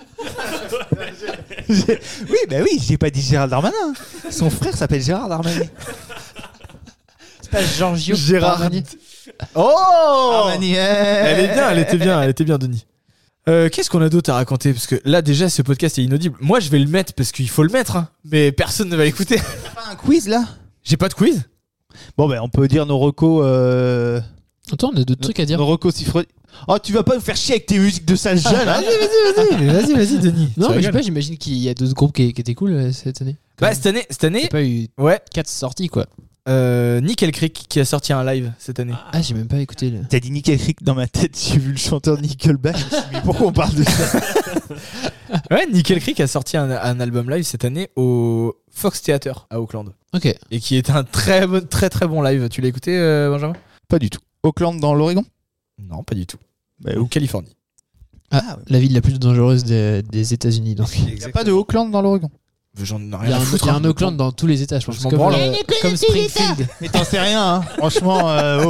Oui, bah oui, j'ai pas dit Gérard Darmanin. Son frère s'appelle Gérard Darmanet. C'est pas Giorgio Gérard. Armani. Oh Armani, Elle est bien, elle était bien, Denis. Qu'est-ce qu'on a d'autre à raconter? Parce que là, déjà, ce podcast est inaudible. Moi, je vais le mettre parce qu'il faut le mettre, hein. Mais personne ne va l'écouter. Pas un quiz, là? J'ai pas de quiz. Bon, bah, on peut dire nos recos. Attends, on a d'autres trucs à dire. Nos recos cifrés. Oh, tu vas pas nous faire chier avec tes musiques de sale jeune, hein? Vas-y, Denis. Non, Tu mais je sais rigoles. pas, j'imagine qu'il y a d'autres groupes qui étaient cool cette année. Bah, cette année, Il n'y a pas eu ouais. 4 sorties, quoi. Nickel Creek qui a sorti un live cette année. Ah, j'ai même pas écouté. T'as dit Nickel Creek dans ma tête, j'ai vu le chanteur Nickelback. Je me suis dit, mais pourquoi on parle de ça? Ouais, Nickel Creek a sorti un album live cette année au Fox Theater à Auckland. Ok. Et qui est un très bon live. Tu l'as écouté, Benjamin? Pas du tout. Auckland dans l'Oregon? Non, pas du tout. Bah, Ou Californie. La ville la plus dangereuse des États-Unis. Donc. Il n'y a pas de Auckland dans l'Oregon. J'en ai Il y rien a à un, foutre. il y a hein. un Auckland dans tous les États, je pense. Je m'en Comme, branle. comme Springfield. Mais t'en sais rien, hein. Franchement.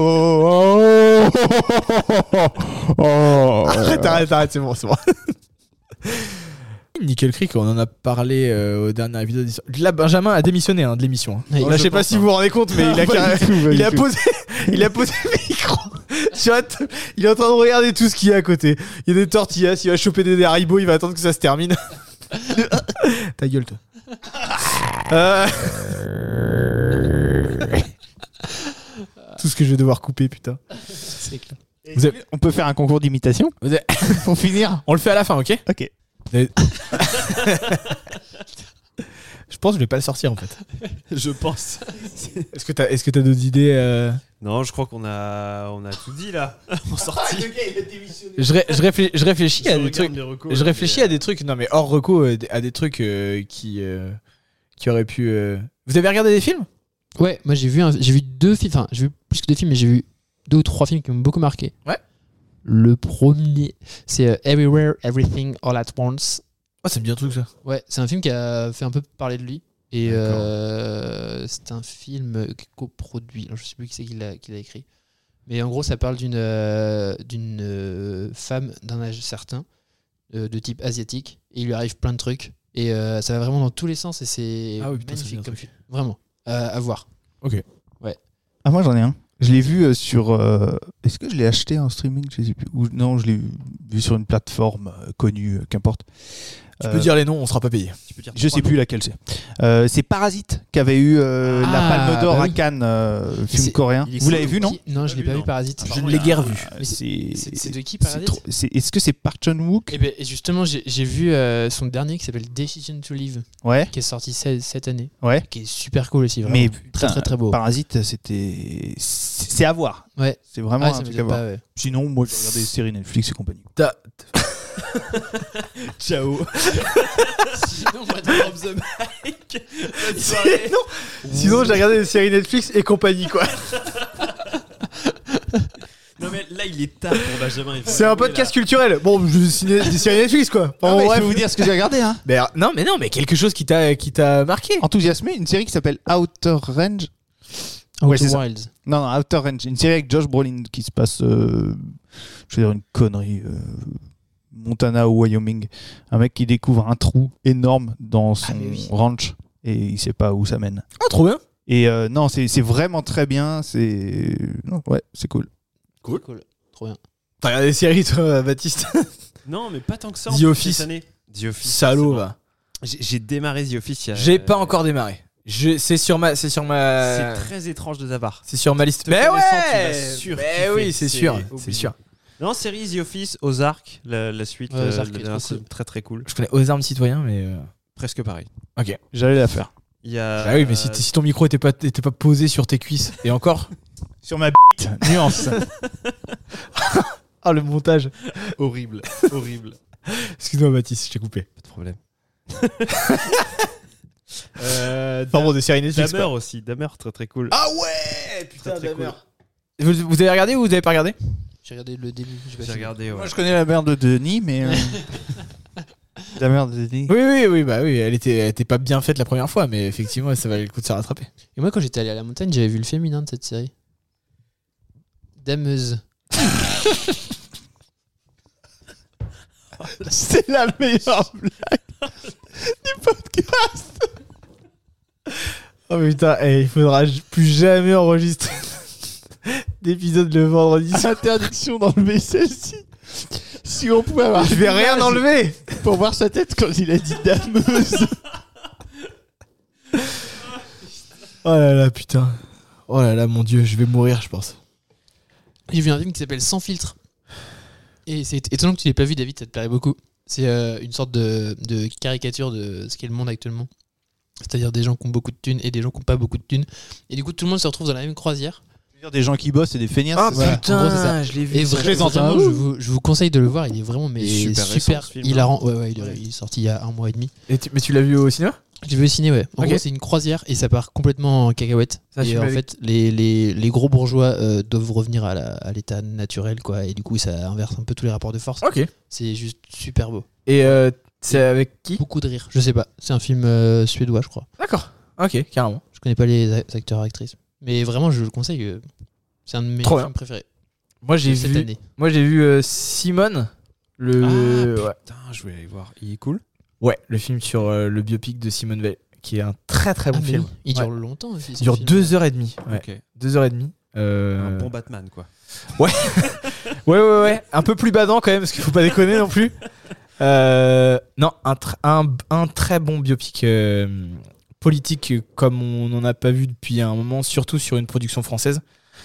Arrête, c'est bon. Nickel Creek, on en a parlé au dernier épisode. Là, Benjamin a démissionné de l'émission. Hein. Ouais, Là, je sais pas si vous vous rendez compte, mais il a posé le micro sur la table. Il est en train de regarder tout ce qu'il y a à côté. Il y a des tortillas, il va choper des Haribo, il va attendre que ça se termine. Ta gueule, toi. Tout ce que je vais devoir couper, putain. C'est clair. Vous avez- On peut faire un concours d'imitation Vous avez- pour finir. On le fait à la fin, ok? Ok. Je pense que je vais pas le sortir en fait. Je pense. Est-ce que t'as d'autres idées Non, je crois qu'on a tout dit là. En sortie. je réfléchis à des trucs. Je réfléchis à des trucs. Non mais hors reco, à des trucs qui auraient pu. Vous avez regardé des films? Ouais, moi j'ai vu 2 films. Enfin, j'ai vu plus que 2 films, mais j'ai vu 2 ou 3 films qui m'ont beaucoup marqué. Ouais. Le premier, c'est Everywhere, Everything, All at Once. Oh, c'est bien truc ça. Ouais, c'est un film qui a fait un peu parler de lui. Et c'est un film coproduit. Alors, je sais plus qui c'est qui l'a écrit. Mais en gros, ça parle d'une femme d'un âge certain, de type asiatique. Et il lui arrive plein de trucs. Et ça va vraiment dans tous les sens. Et c'est Ah oui, putain, c'est bien magnifique comme truc. film. Vraiment. À voir. Ah, moi j'en ai un. Je l'ai vu sur. Est-ce que je l'ai acheté en streaming? Je sais plus. Ou non, je l'ai vu sur une plateforme connue, qu'importe. Tu peux dire les noms, on sera pas payé. Tu peux dire Je sais plus laquelle c'est. C'est Parasite qui avait eu la Palme d'Or bah à oui. Cannes, film C'est- coréen. il est Vous cool, l'avez vu, non? Non, je l'ai pas vu, Parasite. Je ne l'ai guère vu. Mais C'est c'est de qui, c'est Parasite trop- Est-ce que c'est Park Chan-wook? Et justement, j'ai vu son dernier qui s'appelle Decision to Live, Ouais, qui est sorti cette année, ouais. qui est super cool aussi. Vraiment. Mais très putain, très très beau. Parasite, c'est à voir. Ouais. C'est vraiment Ah, un ça truc à m'étonne voir. pas, ouais. Sinon, moi, je regarde des séries Netflix et compagnie. Ciao. Sinon, moi, drop the mic. Bonne soirée. Sinon, j'ai regardé des séries Netflix et compagnie, quoi. Non mais là il est tard pour Benjamin. il faut C'est un l'avouer, podcast là. culturel. Bon, je ciné des séries Netflix, quoi. Enfin, Non, mais bref. je vais vous dire ce que j'ai regardé. Hein. Non, mais quelque chose qui t'a marqué. Enthousiasmé, une série qui s'appelle Outer Range. Outer Ouais, c'est ça. Wilds. Non, Outer Range. Une série avec Josh Brolin qui se passe, je vais dire une connerie, Montana ou Wyoming. Un mec qui découvre un trou énorme dans son mais oui. ranch et il sait pas où ça mène. Ah, trop bien. Et non, c'est vraiment très bien. Ouais, c'est cool. Cool. Trop bien. T'as regardé des séries, toi, Baptiste? Non mais pas tant que ça. en The plus, Office. cette année. The Office. Salaud, c'est bon. va. J'ai démarré The Office il y a. J'ai pas encore démarré. C'est sur ma. C'est très étrange de ta part. C'est sur ma liste. Te Mais connaissant, tu ouais. vas sûr Mais kiffer, oui, c'est c'est sûr. obligé. C'est sûr. Non, série The Office, Ozark, la suite. Ouais, Ozark la est dernière, trop cool. c'est très très cool. Je connais Aux Armes Citoyens, mais. Presque pareil. Ok. J'allais la faire. Il y a. Bah oui, mais si ton micro était pas posé sur tes cuisses. Et encore. Sur ma bite, nuance. Ah, le montage. Horrible, horrible. Excuse-moi, Baptiste, je t'ai coupé. Pas de problème. Pardon, des séries Netflix. Dahmer quoi. aussi, Dahmer très très cool. Ah ouais. Putain, Très, très Dahmer. Vous avez regardé ou vous avez pas regardé? J'ai regardé le début. J'ai regardé. Ouais. Moi, je connais la mère de Denis, mais la mère de Denis. Oui, bah oui, elle était pas bien faite la première fois, mais effectivement, ça valait le coup de se rattraper. Et moi, quand j'étais allé à la montagne, j'avais vu le féminin de cette série. Dameuse. C'est la meilleure blague du podcast. Oh putain, il faudra plus jamais enregistrer d'épisode le vendredi. Interdiction d'enlever celle-ci. Si on pouvait avoir. Je vais rien l'image enlever. pour voir sa tête quand il a dit dameuse. Oh là là, putain. Oh là là, mon dieu, je vais mourir, je pense. J'ai vu un film qui s'appelle Sans filtre. Et c'est étonnant que tu l'aies pas vu, David, ça te plairait beaucoup. C'est une sorte de caricature de ce qu'est le monde actuellement. C'est-à-dire des gens qui ont beaucoup de thunes et des gens qui n'ont pas beaucoup de thunes. Et du coup, tout le monde se retrouve dans la même croisière. Des gens qui bossent et des feignasses. Ah Voilà, en gros, c'est ça. je l'ai Et vraiment, je vous conseille de le voir. Il est vraiment mais Il est super super, récent, ce film, hilarant. Ouais, il est sorti il y a 1 mois et demi. Mais tu l'as vu au cinéma? Je l'ai vu au ciné, ouais. En Ok. gros, c'est une croisière et ça part complètement en cacahuète. Ça, tu Et en m'avais- fait, les gros bourgeois doivent revenir à l'état naturel, quoi. Et du coup, ça inverse un peu tous les rapports de force. Ok. C'est juste super beau. Et c'est avec qui? Beaucoup de rire. Je sais pas. C'est un film suédois, je crois. D'accord. Ok, carrément. Je connais pas les acteurs actrices. Mais vraiment, je le conseille. C'est un de mes Trop bien. films préférés Moi de cette année. j'ai vu Simone, le ouais. Putain, je voulais aller voir. Il est cool. Ouais, le film sur le biopic de Simone Veil, qui est un très très bon Ah, mais film. oui. Il Ouais. dure longtemps aussi. Il dure 2h30. Ouais. Ok. 2h30. Un bon Batman quoi. Ouais. Un peu plus badant quand même, parce qu'il faut pas déconner non plus. Non, un très bon biopic politique comme on n'en a pas vu depuis un moment, surtout sur une production française.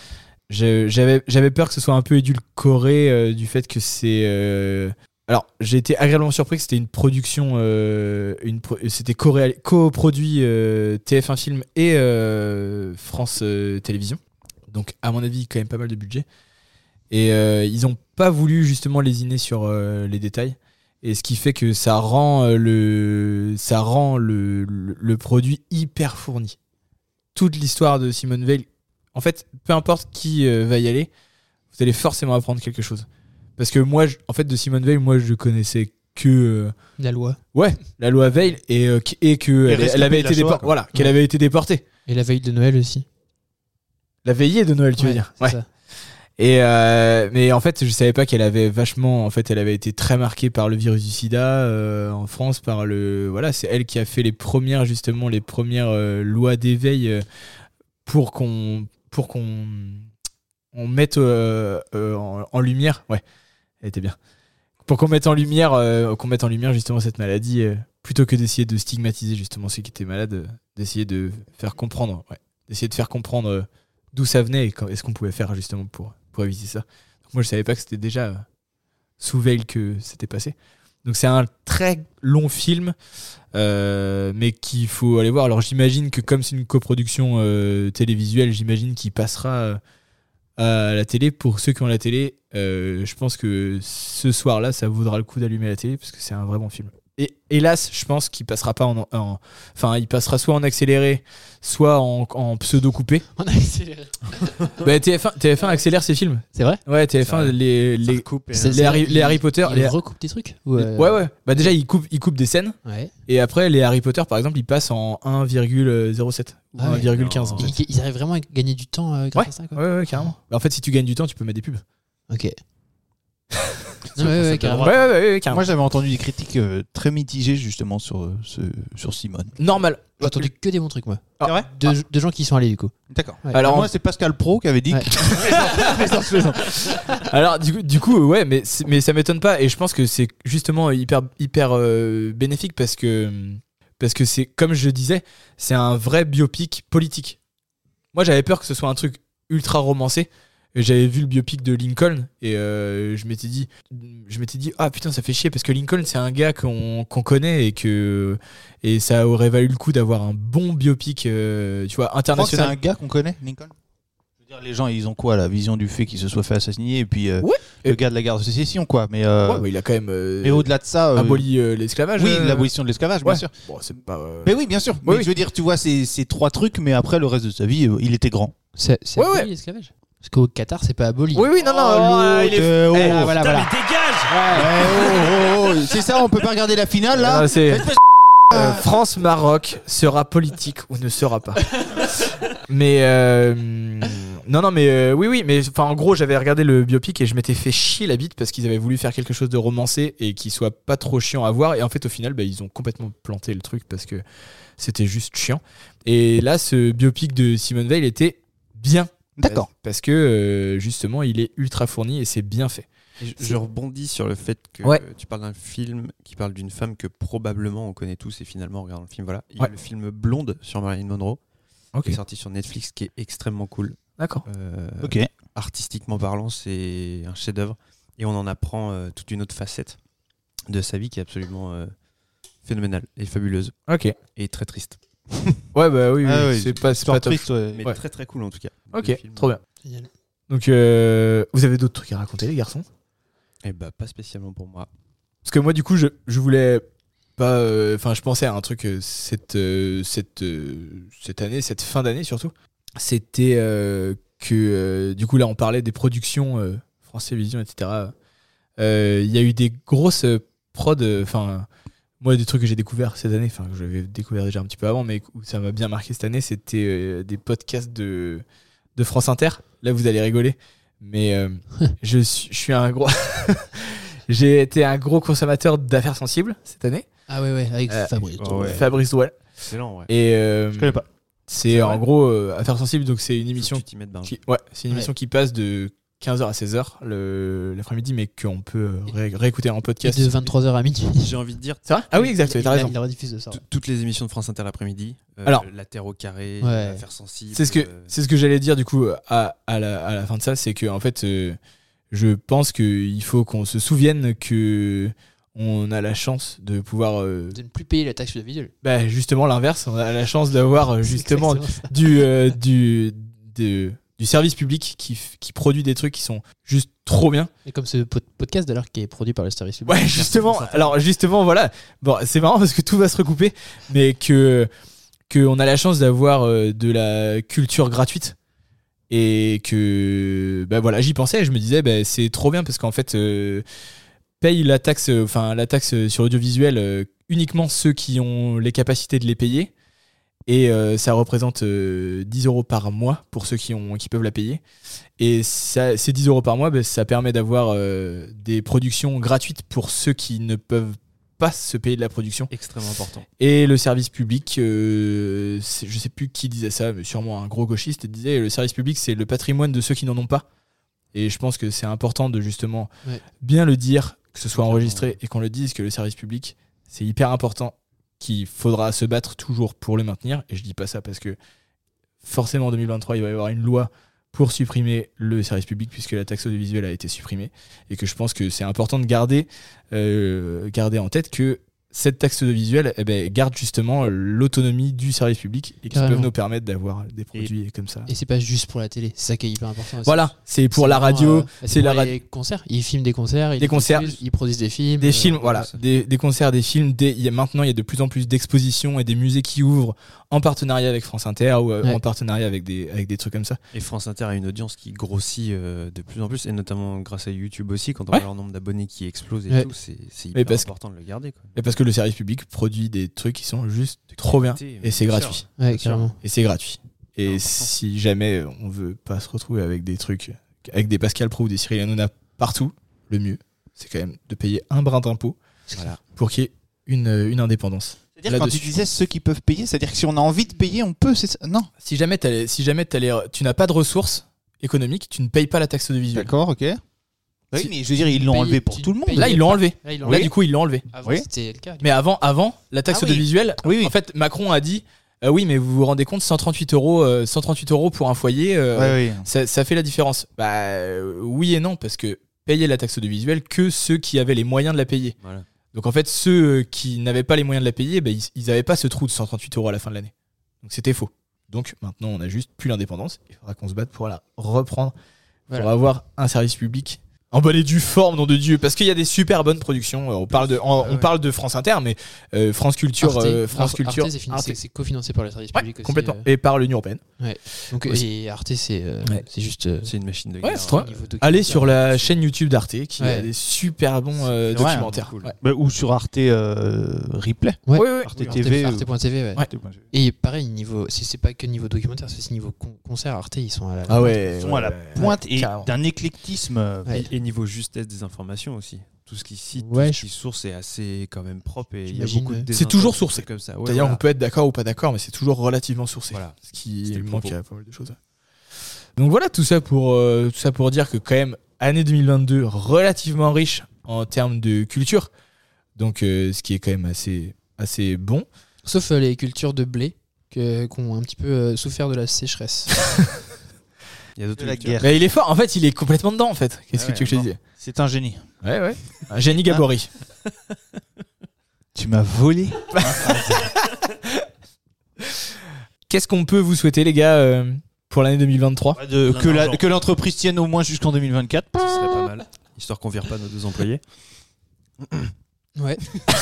J'avais peur que ce soit un peu édulcoré du fait que c'est... Alors, j'ai été agréablement surpris que c'était une production... c'était coproduit TF1 Film et France Télévisions. Donc, à mon avis, quand même pas mal de budget. Et ils n'ont pas voulu justement lésiner sur les détails. Et ce qui fait que ça rend le produit hyper fourni. Toute l'histoire de Simone Veil, en fait, peu importe qui va y aller, vous allez forcément apprendre quelque chose. Parce que moi, en fait, de Simone Veil, moi, je connaissais que La loi. la loi Veil et que elle avait été déportée. Voilà, qu'elle avait été déportée. Et la veille de Noël aussi. La veillée de Noël, tu veux Ouais, dire. c'est Ouais. ça. Et mais en fait, je savais pas qu'elle avait vachement. En fait, elle avait été très marquée par le virus du SIDA en France. Voilà, c'est elle qui a fait les premières lois d'éveil pour qu'on on mette en lumière. Ouais, elle était bien. pour qu'on mette en lumière justement cette maladie, plutôt que d'essayer de stigmatiser justement ceux qui étaient malades, d'essayer de faire comprendre, d'où ça venait et ce qu'on pouvait faire justement pour éviter ça. Donc moi je savais pas que c'était déjà sous veille que c'était passé. Donc c'est un très long film, mais qu'il faut aller voir. Alors j'imagine que comme c'est une coproduction télévisuelle, j'imagine qu'il passera à la télé. Pour ceux qui ont la télé, je pense que ce soir-là, ça vaudra le coup d'allumer la télé parce que c'est un vrai bon film. Et hélas, je pense qu'il passera pas enfin, il passera soit en accéléré, soit en pseudo coupé. On a accéléré. Bah, TF1 accélère ses films. C'est vrai? Ouais, TF1 les coupe. les Harry Potter. Il recoupe des trucs? Ouais. Bah déjà, il coupe des scènes. Ouais. Et après, les Harry Potter, par exemple, ils passent en 1,07 ou Ah ouais. 1,15 en fait. Ils arrivent vraiment à gagner du temps grâce à ça, quoi. Ouais, carrément. Bah, en fait, si tu gagnes du temps, tu peux mettre des pubs. Ok. Ouais, carrément. Ouais, carrément. Moi, j'avais entendu des critiques très mitigées justement sur Simone. Normal. J'ai entendu que des bons trucs, moi. C'est vrai De gens qui y sont allés, du coup. D'accord. Ouais. Alors, moi, c'est Pascal Pro qui avait dit. Ouais. Alors du coup ouais, mais ça m'étonne pas et je pense que c'est justement hyper bénéfique parce que c'est, comme je disais, c'est un vrai biopic politique. Moi j'avais peur que ce soit un truc ultra romancé. J'avais vu le biopic de Lincoln et je m'étais dit ah putain, ça fait chier parce que Lincoln c'est un gars qu'on connaît et ça aurait valu le coup d'avoir un bon biopic tu vois, Je crois que international. c'est un gars qu'on connaît, Lincoln. Je veux dire, les gens, ils ont quoi, la vision du fait qu'il se soit fait assassiner et puis Ouais. le gars de la guerre de sécession, quoi. Mais, Ouais, mais il a quand même mais au-delà de ça, aboli l'esclavage. oui, l'abolition de l'esclavage, bien Ouais. sûr. Bon, c'est pas. Mais oui, bien sûr. Oui, Mais oui. je veux dire, tu vois, c'est trois trucs, mais après le reste de sa vie, il était grand. C'est Ouais, aboli ouais. l'esclavage? Parce qu'au Qatar, c'est pas aboli. Oui, non. l'autre, il est- oh. Eh, voilà, putain, voilà. mais dégage C'est ça, on peut pas regarder la finale là. Non, c'est France-Maroc sera politique ou ne sera pas. Mais oui, mais enfin en gros j'avais regardé le biopic et je m'étais fait chier la bite parce qu'ils avaient voulu faire quelque chose de romancé et qui soit pas trop chiant à voir et en fait au final ils ont complètement planté le truc parce que c'était juste chiant. Et là ce biopic de Simone Veil était bien. D'accord. Parce que justement il est ultra fourni et c'est bien fait. Je rebondis sur le fait que Ouais. tu parles d'un film qui parle d'une femme que probablement on connaît tous et finalement en regardant le film, voilà. Il y a Ouais. le film Blonde sur Marilyn Monroe Ok. qui est sorti sur Netflix qui est extrêmement cool. D'accord. Ok. Artistiquement parlant, c'est un chef-d'œuvre et on en apprend toute une autre facette de sa vie qui est absolument phénoménale et fabuleuse Ok. et très triste. Ouais bah oui, Ah ouais, c'est pas Histoire top. triste, ouais. Mais Ouais. très très cool en tout cas. Ok, Le film, trop bien. Génial. Donc vous avez d'autres trucs à raconter les garçons? Eh bah pas spécialement pour moi. Parce que moi, du coup, je voulais pas. Enfin, je pensais à un truc cette année, cette fin d'année surtout. C'était que du coup, là, on parlait des productions France Télévisions, etc. Il y a eu des grosses prods. Enfin, moi, des trucs que j'ai découvert cette année, enfin, que j'avais découvert déjà un petit peu avant, mais où ça m'a bien marqué cette année, c'était des podcasts de France Inter. Là, vous allez rigoler. Mais je suis un gros. J'ai été un gros consommateur d'affaires sensibles cette année. Ah ouais, avec Fabrice. oh ouais. Fabrice Douel. Excellent, ouais. Et Je connais pas. c'est C'est en vrai. gros affaires sensibles, donc c'est une Faut émission que tu t'y mettes, Benji. c'est une émission qui passe de 15h à 16h l'après-midi, mais qu'on peut réécouter en Et podcast. de 23h à minuit. J'ai envie de dire C'est vrai? Ah oui, exact, t'as raison. Il rediffuse de ça. toutes les émissions de France Inter l'après-midi. Alors. La Terre au carré, Ouais. Affaires sensibles. C'est ce que j'allais dire du coup à la fin de ça, c'est que en fait je pense qu'il faut qu'on se souvienne que on a la chance de pouvoir De ne plus payer la taxe audiovisuelle. bah, justement l'inverse, on a la chance d'avoir justement du service public qui produit des trucs qui sont juste trop bien. Et comme ce podcast d'ailleurs qui est produit par le service public. Ouais, justement. Alors justement, voilà. Bon, c'est marrant parce que tout va se recouper, mais que on a la chance d'avoir de la culture gratuite et que bah voilà, j'y pensais et je me disais bah, c'est trop bien parce qu'en fait paye la taxe sur l'audiovisuel uniquement ceux qui ont les capacités de les payer. Et ça représente 10 € par mois pour ceux qui peuvent la payer. Et ça, ces 10 € par mois, ça permet d'avoir des productions gratuites pour ceux qui ne peuvent pas se payer de la production. extrêmement important. Et le service public, je sais plus qui disait ça, mais sûrement un gros gauchiste, disait le service public, c'est le patrimoine de ceux qui n'en ont pas. Et je pense que c'est important de justement Ouais. bien le dire que ce soit enregistré et qu'on le dise, que le service public, c'est hyper important, qu'il faudra se battre toujours pour le maintenir. Et je dis pas ça parce que forcément en 2023, il va y avoir une loi pour supprimer le service public puisque la taxe audiovisuelle a été supprimée. Et que je pense que c'est important de garder en tête que cette taxe audiovisuelle garde justement l'autonomie du service public et qui Carrément. peuvent nous permettre d'avoir des produits comme ça. Et c'est pas juste pour la télé, c'est ça qui est hyper important. aussi. Voilà, c'est pour C'est la vraiment, radio, c'est la pour radio. les concerts. Ils filment des concerts, ils Des les concerts. diffusent, ils produisent des films. Des films, voilà. voilà, des concerts, des films. Maintenant, il y a de plus en plus d'expositions et des musées qui ouvrent en partenariat avec France Inter ou en partenariat avec des trucs comme ça. Et France Inter a une audience qui grossit de plus en plus, et notamment grâce à YouTube aussi, quand on Ouais. voit leur nombre d'abonnés qui explose et Ouais. tout, c'est Mais hyper parce important de le garder. Quoi. Et parce que le service public produit des trucs qui sont juste De trop bien qualité, et c'est bien gratuit. sûr. Ouais, Bien sûr. carrément. Et c'est gratuit. Et important. si jamais on veut pas se retrouver avec des trucs, avec des Pascal Pro ou des Cyril Hanouna partout, le mieux, c'est quand même de payer un brin d'impôt Voilà. pour qu'il y ait une indépendance. C'est-à-dire quand tu Là-dessus. disais ceux qui peuvent payer, c'est-à-dire que si on a envie de payer, on peut, c'est ça? Non. Si jamais tu n'as pas de ressources économiques, tu ne payes pas la taxe audiovisuelle. D'accord, ok. Oui, Si- mais je veux dire, ils l'ont payes- enlevé pour tu tout le monde. payes- Là, ils l'ont enlevé. Là, ils l'ont Là, enlevé. du coup, ils l'ont enlevé. Avant, Oui. c'était le cas. Mais avant, la taxe Ah oui. audiovisuelle, Oui, oui. en fait, Macron a dit oui, mais vous vous rendez compte, 138 € pour un foyer, Ouais, oui. ça fait la différence. Oui et non, parce que payer la taxe audiovisuelle que ceux qui avaient les moyens de la payer. Voilà. Donc en fait, ceux qui n'avaient pas les moyens de la payer, ils n'avaient pas ce trou de 138 € à la fin de l'année. Donc c'était faux. Donc maintenant, on n'a juste plus l'indépendance. Il faudra qu'on se batte pour la reprendre, pour Voilà. avoir un service public en bonne et due forme, nom de Dieu. Parce qu'il y a des super bonnes productions. On parle de France Inter, mais France Culture, Arte, c'est fini, Arte. c'est cofinancé par le service Ouais, public aussi. complètement. Et par l'Union européenne. Donc, Aussi. et Arte, c'est c'est juste. C'est une machine de Ouais, guerre. c'est trop. niveau documentaire. Allez sur la chaîne YouTube d'Arte qui a Ouais. des super bons vrai, documentaires. cool. Ouais. Bah, ou sur Arte Replay. Ouais. Oui, oui. Arte Arte- TV. Arte.tv, ouais. Ouais. Et pareil, niveau, c'est pas que niveau documentaire, c'est aussi niveau concert. Arte, ils sont à la. Ah ouais. Ils sont à la pointe et carrément. d'un éclectisme. Ouais. Et niveau justesse des informations aussi. Tout ce qui cite, Ouais, tout ce qui source est assez quand même propre, et il y a J'imagine, beaucoup de ouais. désinfos, C'est toujours des sourcé. trucs comme ça. Ouais, D'ailleurs, voilà. on peut être d'accord ou pas d'accord, mais c'est toujours relativement sourcé. Voilà. Ce qui C'était le manque propos. à pas mal de choses. Donc voilà, tout ça pour dire que quand même, année 2022 relativement riche en termes de culture. Donc ce qui est quand même assez bon. Sauf les cultures de blé qui ont un petit peu souffert de la sécheresse. Il y a d'autres De la cultures. guerre. Mais il est fort, en fait, il est complètement dedans en fait. Qu'est-ce Ouais, que tu veux que je te non. dise C'est un génie. Ouais. Un génie Gabory. Tu m'as volé. Qu'est-ce qu'on peut vous souhaiter les gars pour l'année 2023 Que l'entreprise tienne au moins jusqu'en 2024. Ce serait pas mal. Histoire qu'on vire pas nos 2 employés. Ouais.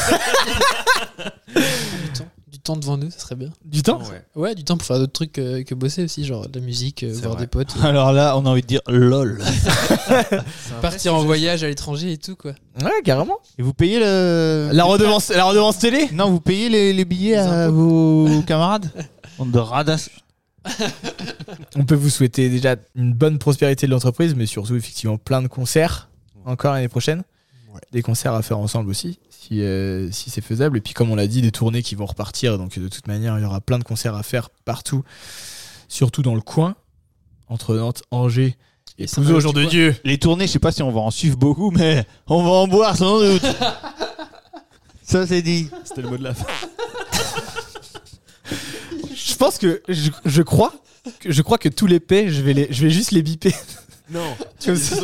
Du temps devant nous, ça serait bien. Du temps Ouais. Ouais, du temps pour faire d'autres trucs que bosser aussi, genre de la musique, C'est voir vrai. des potes, Alors là, on a envie de dire lol. partir en voyage à l'étranger et tout, quoi. Ouais, carrément. Et vous payez La redevance télé Non, vous payez les billets à vos camarades. Bande de radasses. On peut vous souhaiter déjà une bonne prospérité de l'entreprise, mais surtout effectivement plein de concerts encore l'année prochaine. Des concerts à faire ensemble aussi, si c'est faisable. Et puis comme on l'a dit, des tournées qui vont repartir. Donc de toute manière, il y aura plein de concerts à faire partout, surtout dans le coin, entre Nantes, Angers et ça Pouzo, va, jour tu de vois. Dieu. Les tournées, je sais pas si on va en suivre beaucoup, mais on va en boire sans doute. Ça, c'est dit. C'était le mot de la fin. Je pense que je crois que tous les paix, je vais juste les biper. Non. Comme ça.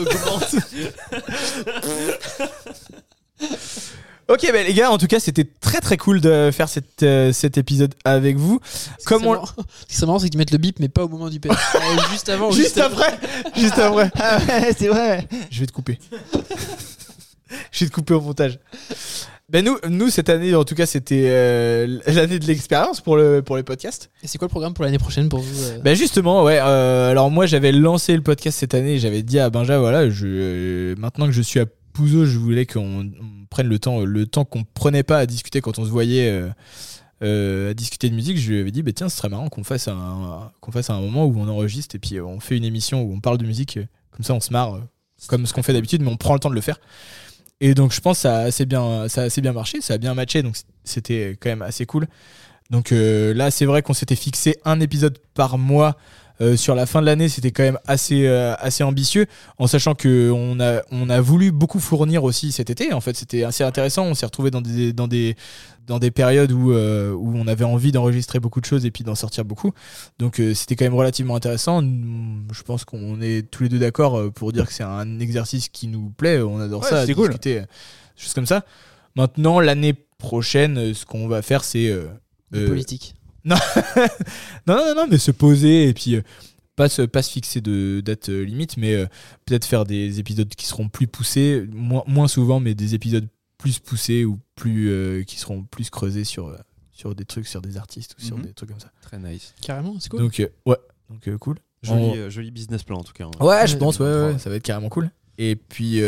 Ok, ben les gars, en tout cas, c'était très très cool de faire cet épisode avec vous. Comme on... Ce qui serait marrant, c'est qu'ils mettent le bip, mais pas au moment du père. Juste avant ou Juste après. Ah ouais, c'est vrai. Je vais te couper. Je vais te couper au montage. Ben nous cette année, en tout cas, c'était l'année de l'expérience pour les podcasts. Et c'est quoi le programme pour l'année prochaine pour vous Ben justement, ouais. Alors moi, j'avais lancé le podcast cette année. Et j'avais dit à Benja, voilà, maintenant que je suis à Pouzo, je voulais qu'on prenne le temps qu'on prenait pas à discuter quand on se voyait, à discuter de musique. Je lui avais dit, tiens, ce serait marrant qu'on fasse un moment où on enregistre et puis on fait une émission où on parle de musique. Comme ça, on se marre, comme ce qu'on fait d'habitude, mais on prend le temps de le faire. Et donc je pense que ça a assez bien marché, ça a bien matché, donc c'était quand même assez cool. Donc là, c'est vrai qu'on s'était fixé un épisode par mois sur la fin de l'année, c'était quand même assez ambitieux, en sachant que on a voulu beaucoup fournir aussi cet été. En fait, c'était assez intéressant. On s'est retrouvé dans des périodes où on avait envie d'enregistrer beaucoup de choses et puis d'en sortir beaucoup. Donc c'était quand même relativement intéressant. Je pense qu'on est tous les deux d'accord pour dire que c'est un exercice qui nous plaît. On adore ça, c'est cool. discuter, choses comme ça. Maintenant, l'année prochaine, ce qu'on va faire, c'est Politique. non, mais se poser et puis pas se fixer de date limite, mais peut-être faire des épisodes qui seront plus poussés, moins souvent, mais des épisodes plus poussés ou plus qui seront plus creusés sur des trucs, sur des artistes ou sur des trucs comme ça. Très nice. Carrément, c'est cool. Donc cool. Joli business plan en tout cas. Ouais, je pense, ouais, ça va être carrément cool. Et puis,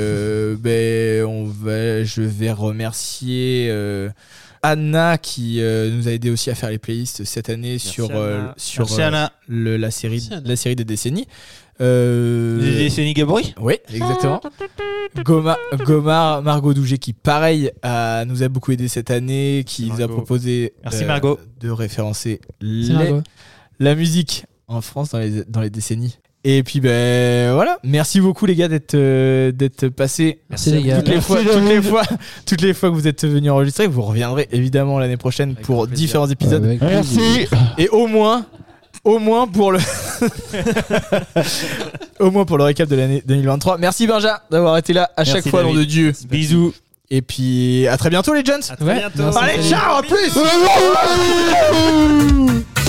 je vais remercier Anna qui nous a aidé aussi à faire les playlists cette année sur Merci, Anna. la série des décennies. Les décennies Gabori. Oui, exactement. Gomar, Margot Douget qui, pareil, nous a beaucoup aidé cette année, qui nous a proposé Merci, Margot. de référencer C'est Margot. la musique en France dans les décennies. Et puis voilà, merci beaucoup les gars d'être passés. Merci les gars. Toutes les fois que vous êtes venus enregistrer, vous reviendrez évidemment l'année prochaine Avec pour grand plaisir. différents épisodes. Avec plaisir. Et au moins pour le récap de l'année 2023. Merci Benja d'avoir été là à chaque fois, nom de Dieu. Bisous. Et puis à très bientôt les Jones. À très bientôt. Merci. Allez, ciao, à plus.